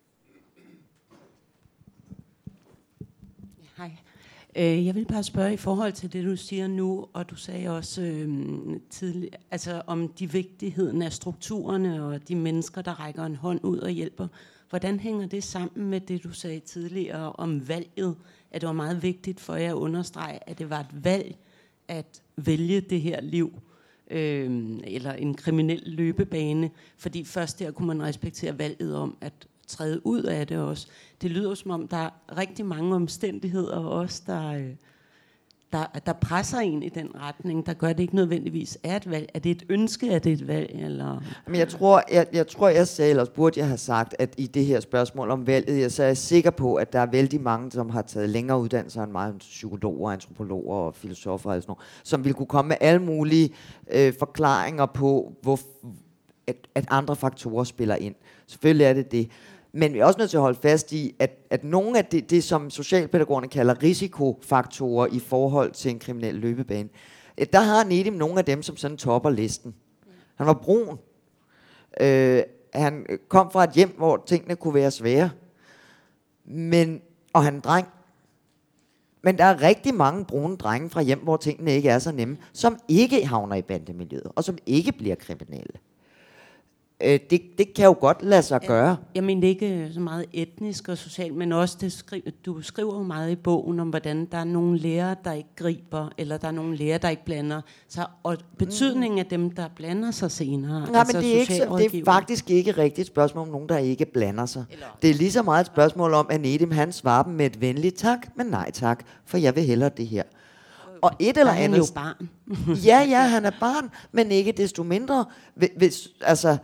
Hej. Jeg vil bare spørge i forhold til det, du siger nu, og du sagde også øh, tidligere, altså om de vigtigheden af strukturerne og de mennesker, der rækker en hånd ud og hjælper. Hvordan hænger det sammen med det, du sagde tidligere om valget? At det var meget vigtigt for jer at understrege, at det var et valg at vælge det her liv, øh, eller en kriminel løbebane, fordi først der kunne man respektere valget om at træde ud af det også. Det lyder som om, der er rigtig mange omstændigheder også, der, øh, der, der presser en i den retning, der gør det ikke nødvendigvis er et valg. Er det et ønske, er det et valg? Eller? Men jeg tror, jeg, jeg tror, jeg sagde, eller burde jeg have sagt, at i det her spørgsmål om valget, jeg så er jeg sikker på, at der er vældig mange, som har taget længere uddannelser end mig, psykologer, antropologer og filosofer og sådan noget, som vil kunne komme med alle mulige øh, forklaringer på, hvor, at, at andre faktorer spiller ind. Selvfølgelig er det det. Men vi er også nødt til at holde fast i, at, at nogle af det, det, som socialpædagogerne kalder risikofaktorer i forhold til en kriminel løbebane, der har Nedim nogle af dem, som sådan topper listen. Han var brun. Øh, han kom fra et hjem, hvor tingene kunne være svære. Men, og han er dreng. Men der er rigtig mange brune drenge fra hjem, hvor tingene ikke er så nemme, som ikke havner i bandemiljøet, og som ikke bliver kriminelle. Det, det kan jo godt lade sig gøre. Jeg, jeg mener ikke så meget etnisk og socialt, men også, det skri, du skriver jo meget i bogen om, hvordan der er nogle lærere, der ikke griber, eller der er nogle lærere, der ikke blander sig, og betydningen af dem, der blander sig senere. Nej, altså men det er, ikke så, det er faktisk ikke rigtigt et spørgsmål om nogen, der ikke blander sig. Eller, det er lige så meget et spørgsmål om, at Nedim han svarer dem med et venligt tak, men nej tak, for jeg vil hellere det her. Og et eller andet... Han er jo barn. ja, ja, han er barn, men ikke desto mindre. Hvis, altså...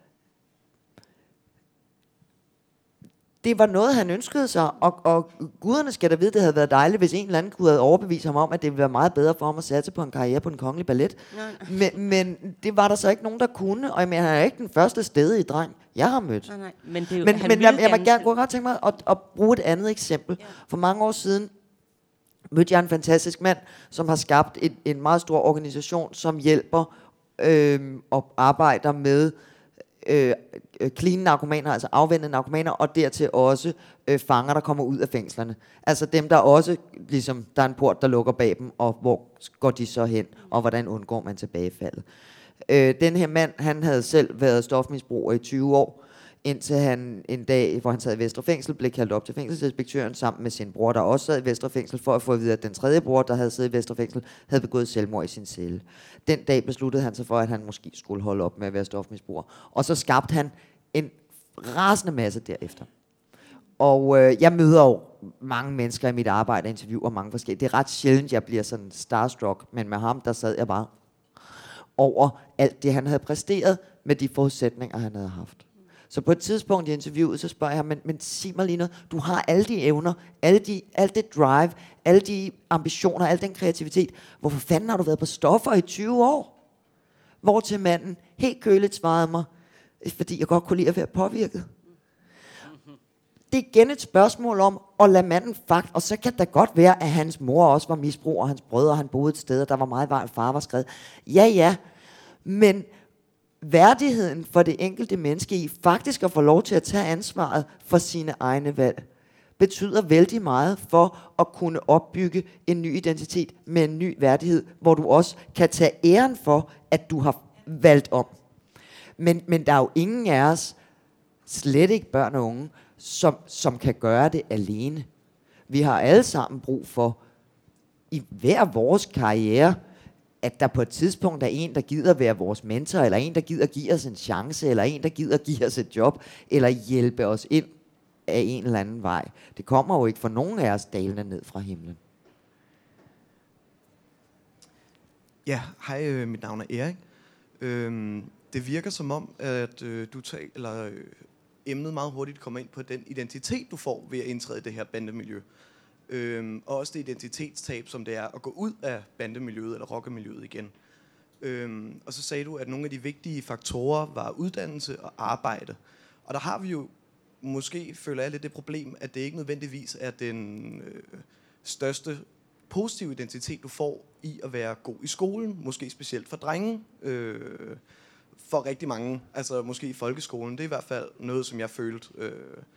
Det var noget, han ønskede sig, og, og guderne skal da vide, det havde været dejligt, hvis en eller anden kunne have overbevist ham om, at det ville være meget bedre for ham at satse på en karriere på den kongelige ballet. Men, men det var der så ikke nogen, der kunne, og jeg mener, han er ikke den første stedige dreng, jeg har mødt. Nej, nej. Men, det er jo, men, men jeg, jeg vil gerne godt tænke mig at, at bruge et andet eksempel. Ja. For mange år siden mødte jeg en fantastisk mand, som har skabt et, en meget stor organisation, som hjælper øh, og arbejder med Øh, clean narkomaner, altså afvendede narkomaner, og dertil også øh, fanger, der kommer ud af fængslerne. Altså dem, der også, ligesom, der er en port, der lukker bag dem, og hvor går de så hen, og hvordan undgår man tilbagefaldet. Øh, den her mand, han havde selv været stofmisbruger i tyve år, indtil han en dag, hvor han sad i Vestre Fængsel, blev kaldt op til fængselsinspektøren sammen med sin bror, der også sad i Vestre Fængsel, for at få at vide, at den tredje bror, der havde siddet i Vestre Fængsel, havde begået selvmord i sin celle. Den dag besluttede han sig for, at han måske skulle holde op med at være stofmisbruger. Og så skabte han en rasende masse derefter. Og øh, jeg møder jo mange mennesker i mit arbejde og interviewer mange forskellige. Det er ret sjældent, jeg bliver sådan starstruck, men med ham, der sad jeg bare over alt det, han havde præsteret med de forudsætninger, han havde haft. Så på et tidspunkt i interviewet, så spørger jeg ham, men, men sig mig lige noget, du har alle de evner, alle de, alt det drive, alle de ambitioner, al den kreativitet. Hvorfor fanden har du været på stoffer i tyve år? Hvor til manden helt køligt svarede mig, fordi jeg godt kunne lide at være påvirket. Det er igen et spørgsmål om at lade manden fakt, og så kan det godt være, at hans mor også var misbruger, og hans brødre, han boede et sted, og der var meget vej, far var skrevet. Ja, ja, men værdigheden for det enkelte menneske i faktisk at få lov til at tage ansvaret for sine egne valg, betyder vældig meget for at kunne opbygge en ny identitet med en ny værdighed, hvor du også kan tage æren for, at du har valgt om. Men, men der er jo ingen af os, slet ikke børn og unge, som, som kan gøre det alene. Vi har alle sammen brug for, i hver vores karriere, at der på et tidspunkt er en, der gider være vores mentor, eller en, der gider give os en chance, eller en, der gider give os et job, eller hjælpe os ind af en eller anden vej. Det kommer jo ikke for nogen af os dalende ned fra himlen. Ja, hej, øh, mit navn er Erik. Øhm, det virker som om, at øh, du tager, eller øh, emnet meget hurtigt kommer ind på den identitet, du får ved at indtræde i det her bandemiljø. Øhm, og også det identitetstab, som det er at gå ud af bandemiljøet eller rockemiljøet igen. Øhm, og så sagde du, at nogle af de vigtige faktorer var uddannelse og arbejde. Og der har vi jo måske, føler jeg lidt det problem, at det ikke nødvendigvis er den øh, største positive identitet, du får i at være god i skolen. Måske specielt for drenge. Øh, for rigtig mange, altså måske i folkeskolen. Det er i hvert fald noget, som jeg følte, øh,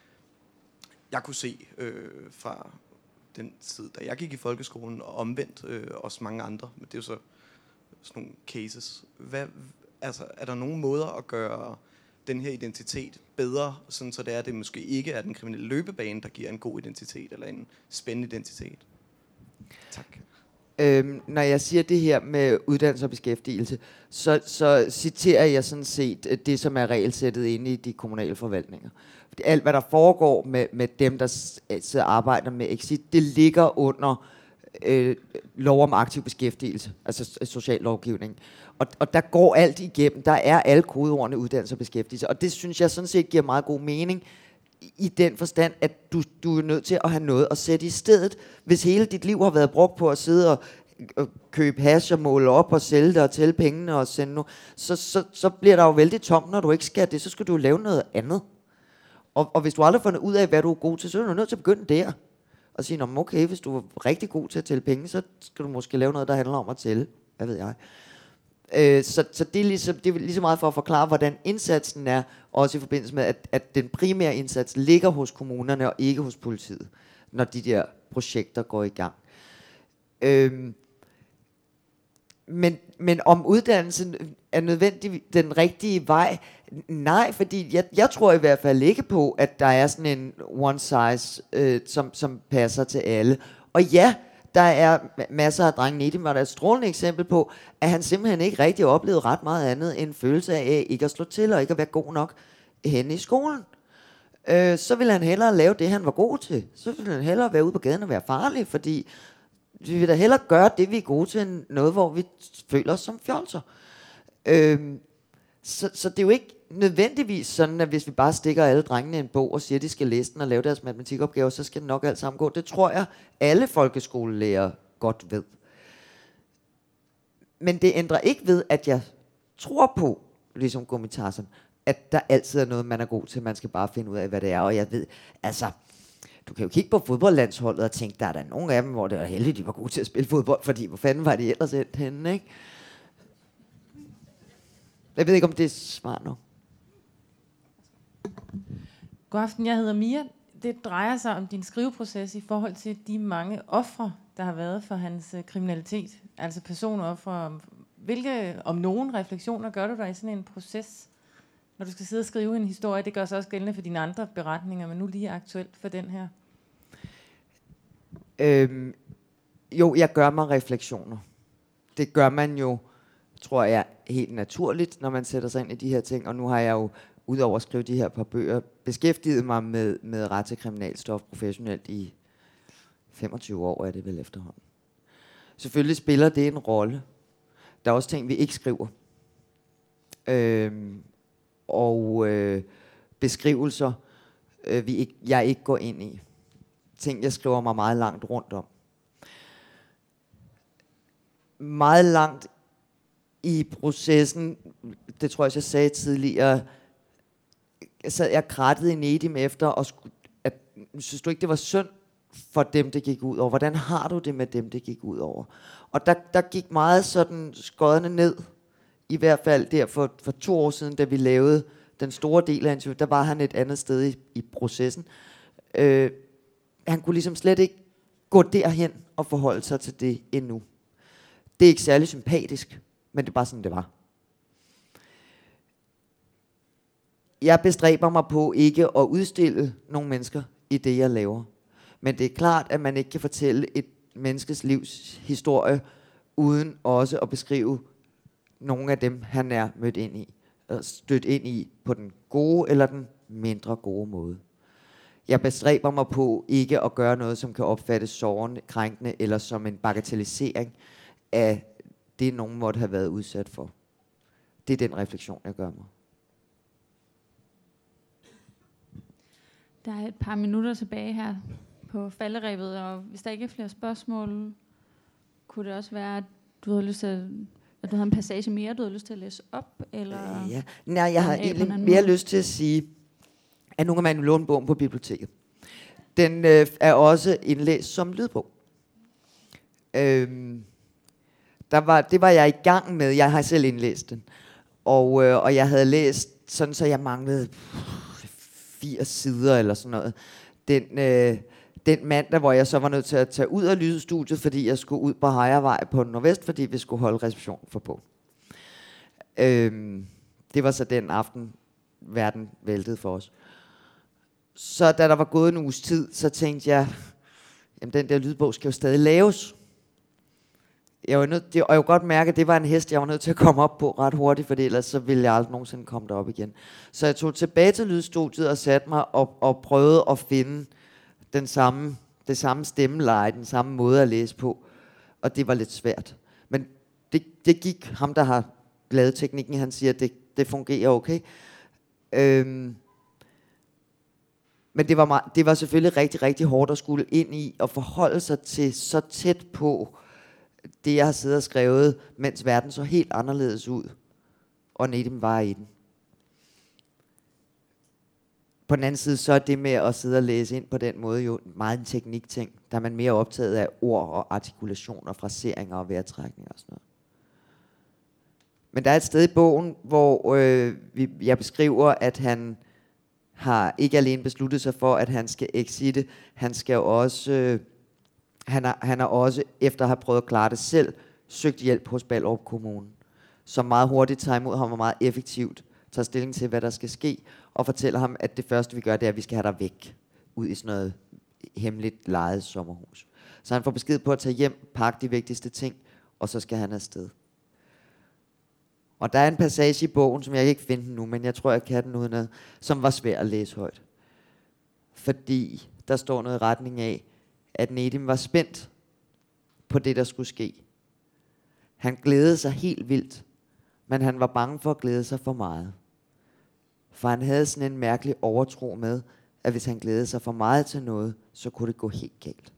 jeg kunne se øh, fra den tid, da jeg gik i folkeskolen, og omvendt øh, også mange andre. Men det er jo så sådan nogle cases. Hvad, altså, er der nogle måder at gøre den her identitet bedre, sådan så det er, at det måske ikke er den kriminelle løbebane, der giver en god identitet, eller en spændende identitet? Tak. Øhm, når jeg siger det her med uddannelse og beskæftigelse, så, så citerer jeg sådan set det, som er regelsættet inde i de kommunale forvaltninger. Alt, hvad der foregår med, med dem, der sidder og arbejder med exit, det ligger under øh, lov om aktiv beskæftigelse, altså sociallovgivning. Og, og der går alt igennem, der er alle kodeordene uddannelse og beskæftigelse, og det synes jeg sådan set giver meget god mening, i den forstand, at du, du er nødt til at have noget at sætte i stedet. Hvis hele dit liv har været brugt på at sidde og, og købe hash og måle op og sælge det og tælle pengene og sende nu, så, så, så bliver der jo vældig tomt, når du ikke skal det, så skal du lave noget andet. Og, og hvis du aldrig har fundet ud af, hvad du er god til, så er du nødt til at begynde der. Og sige, okay, hvis du er rigtig god til at tælle penge, så skal du måske lave noget, der handler om at tælle. Hvad ved jeg. Øh, så så det, er ligesom, det er lige så meget for at forklare, hvordan indsatsen er, også i forbindelse med, at, at den primære indsats ligger hos kommunerne og ikke hos politiet, når de der projekter går i gang. Øh, men, men om uddannelsen er nødvendig den rigtige vej? Nej, fordi jeg, jeg tror i hvert fald ikke på, at der er sådan en one size, øh, som, som passer til alle. Og ja, der er masser af drenge. Nedim var der et strålende eksempel på, at han simpelthen ikke rigtig oplevede ret meget andet end følelse af ikke at slå til og ikke at være god nok henne i skolen. Øh, så ville han hellere lave det, han var god til. Så ville han hellere være ude på gaden og være farlig, fordi vi vil da hellere gøre det, vi er gode til, end noget, hvor vi føler os som fjolser. Øh, så, så det er jo ikke nødvendigvis sådan, at hvis vi bare stikker alle drengene en bog og siger, at de skal læse den og lave deres matematikopgaver, så skal det nok alt sammen gå. Det tror jeg, alle folkeskolelærer godt ved. Men det ændrer ikke ved, at jeg tror på, ligesom Gummi Tarzan, at der altid er noget, man er god til. Man skal bare finde ud af, hvad det er. Og jeg ved, altså, du kan jo kigge på fodboldlandsholdet og tænke, der er der nogle af dem, hvor det er heldigt, de var gode til at spille fodbold, fordi hvor fanden var de ellers endt henne, ikke? Jeg ved ikke, om det er smart nok. God aften, jeg hedder Mia. Det drejer sig om din skriveproces i forhold til de mange ofre, der har været for hans øh, kriminalitet. Altså personofre. Hvilke, om nogen refleksioner gør du dig i sådan en proces? når du skal sidde og skrive en historie, det gør sig også gældende for dine andre beretninger, men nu lige aktuelt for den her? Øhm, jo, jeg gør mig refleksioner. Det gør man jo, tror jeg, helt naturligt, når man sætter sig ind i de her ting. Og nu har jeg jo, udover at skrive de her par bøger, beskæftiget mig med, med ret til kriminalstof professionelt i femogtyve år, er det vel efterhånden. Selvfølgelig spiller det en rolle. Der er også ting, vi ikke skriver. Øhm, og øh, beskrivelser, øh, vi ikke, jeg ikke går ind i. Ting, jeg skriver mig meget langt rundt om. Meget langt i processen, det tror jeg, jeg sagde tidligere, jeg sad jeg krattede i Nedim efter, og skulle, at, synes du ikke, det var synd for dem, det gik ud over? Hvordan har du det med dem, det gik ud over? Og der, der gik meget sådan skodderne ned, i hvert fald der for, for to år siden, da vi lavede den store del af interviewet, der var han et andet sted i, i processen. Øh, han kunne ligesom slet ikke gå derhen og forholde sig til det endnu. Det er ikke særlig sympatisk, men det er bare sådan, det var. Jeg bestræber mig på ikke at udstille nogle mennesker i det, jeg laver. Men det er klart, at man ikke kan fortælle et menneskes livs historie, uden også at beskrive nogle af dem, han er mødt ind i, stødt ind i på den gode eller den mindre gode måde. Jeg bestræber mig på ikke at gøre noget, som kan opfattes sårende, krænkende eller som en bagatellisering af det, nogen måtte have været udsat for. Det er den refleksion, jeg gør mig. Der er et par minutter tilbage her på falderebet, og hvis der ikke er flere spørgsmål, kunne det også være, at du havde lyst til at, at du havde en passage mere, du havde lyst til at læse op? Eller ja. Nej, jeg har egentlig mere lyst til at sige, at nu kan man låne bogen på biblioteket. Den øh, er også indlæst som lydbog. Øhm, der var, det var jeg i gang med. Jeg har selv indlæst den. Og, øh, og jeg havde læst sådan, så jeg manglede firs sider eller sådan noget. Den, øh, den mandag, hvor jeg så var nødt til at tage ud af lydstudiet, fordi jeg skulle ud på Hejervej på Nordvest, fordi vi skulle holde reception for bogen. Øhm, det var så den aften, verden væltede for os. Så da der var gået en uges tid, så tænkte jeg, jamen den der lydbog skal jo stadig laves. Jeg var nødt, det, og jeg kunne godt mærke, at det var en hest, jeg var nødt til at komme op på ret hurtigt, for ellers så ville jeg aldrig nogensinde komme derop igen. Så jeg tog tilbage til lydstudiet og satte mig og, og prøvede at finde den samme, det samme stemmeleje, den samme måde at læse på. Og det var lidt svært. Men det, det gik, ham der har lavet teknikken, han siger, at det, det fungerer okay. Øhm, men det var, meget, det var selvfølgelig rigtig, rigtig hårdt at skulle ind i og forholde sig til så tæt på det, jeg har siddet og skrevet, mens verden så helt anderledes ud, og Nedim var i den. På den anden side, så er det med at sidde og læse ind på den måde jo meget en teknikting. Der er man mere optaget af ord og artikulationer, fraseringer og vejrtrækninger og sådan noget. Men der er et sted i bogen, hvor øh, vi, jeg beskriver, at han har ikke alene besluttet sig for, at han skal exitte, han skal jo også... Øh, Han har, han har også, efter at have prøvet at klare det selv, søgt hjælp hos Ballerup Kommune, som meget hurtigt tager imod ham og meget effektivt tager stilling til, hvad der skal ske, og fortæller ham, at det første, vi gør, det er, at vi skal have dig væk, ud i sådan noget hemmeligt lejet sommerhus. Så han får besked på at tage hjem, pakke de vigtigste ting, og så skal han afsted. Og der er en passage i bogen, som jeg ikke kan finde nu, men jeg tror, jeg kan den udenad, som var svær at læse højt. Fordi der står noget i retning af, at Nedim var spændt på det, der skulle ske. Han glædede sig helt vildt, men han var bange for at glæde sig for meget. For han havde sådan en mærkelig overtro med, at hvis han glædede sig for meget til noget, så kunne det gå helt galt.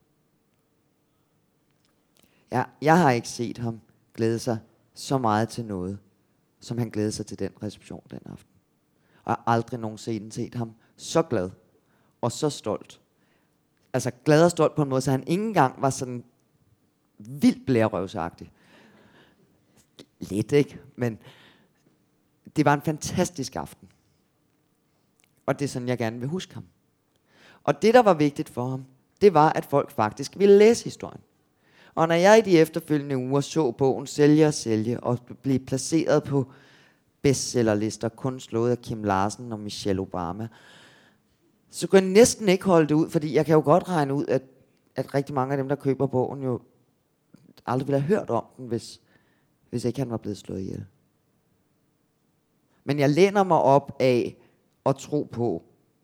Ja, jeg har ikke set ham glæde sig så meget til noget, som han glædede sig til den reception den aften. Og jeg har aldrig nogensinde set ham så glad og så stolt. Altså glad og stolt på en måde, så han ikke engang var sådan vildt blærerøvsagtig. Lidt, ikke? Men det var en fantastisk aften. Og det er sådan, jeg gerne vil huske ham. Og det, der var vigtigt for ham, det var, at folk faktisk ville læse historien. Og når jeg i de efterfølgende uger så bogen sælge og sælge, og blive placeret på bestsellerlister, kun slået af Kim Larsen og Michelle Obama. Så kan jeg næsten ikke holde det ud, fordi jeg kan jo godt regne ud, at, at rigtig mange af dem, der køber bogen, jo aldrig ville have hørt om den, hvis, hvis ikke han var blevet slået ihjel. Men jeg læner mig op af at tro på,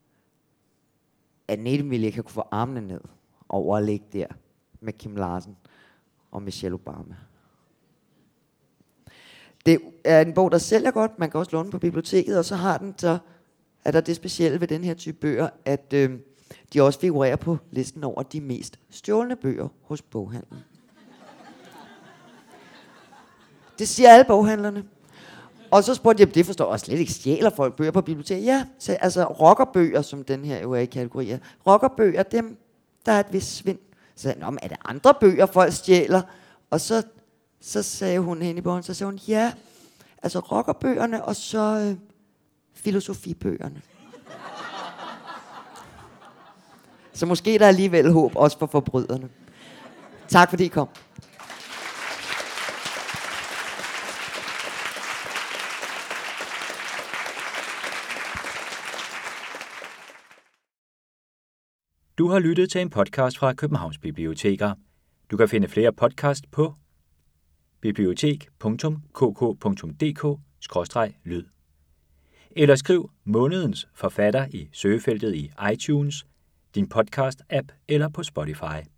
at Nedim ville ikke have kunne få armene ned over at ligge der med Kim Larsen og Michelle Obama. Det er en bog, der sælger godt. Man kan også låne den på biblioteket, og så har den så, er der det specielle ved den her type bøger, at øh, de også figurerer på listen over de mest stjålne bøger hos boghandlen. Det siger alle boghandlerne. Og så spurgte jeg, det forstår jeg slet ikke, stjæler folk bøger på biblioteket? Ja, så, altså rockerbøger, som den her jo er i kategorier. Rockerbøger, dem, der er et vist svind. Så jeg, men er det andre bøger, folk stjæler? Og så, så sagde hun hen i bogen, så sagde hun, ja, altså rockerbøgerne, og så øh, filosofibøgerne. Så måske der er alligevel håb, også for forbryderne. Tak fordi I kom. Du har lyttet til en podcast fra Københavns Biblioteker. Du kan finde flere podcast på bibliotek punktum k k punktum d k skråstreg lyd. Eller skriv månedens forfatter i søgefeltet i iTunes, din podcast-app eller på Spotify.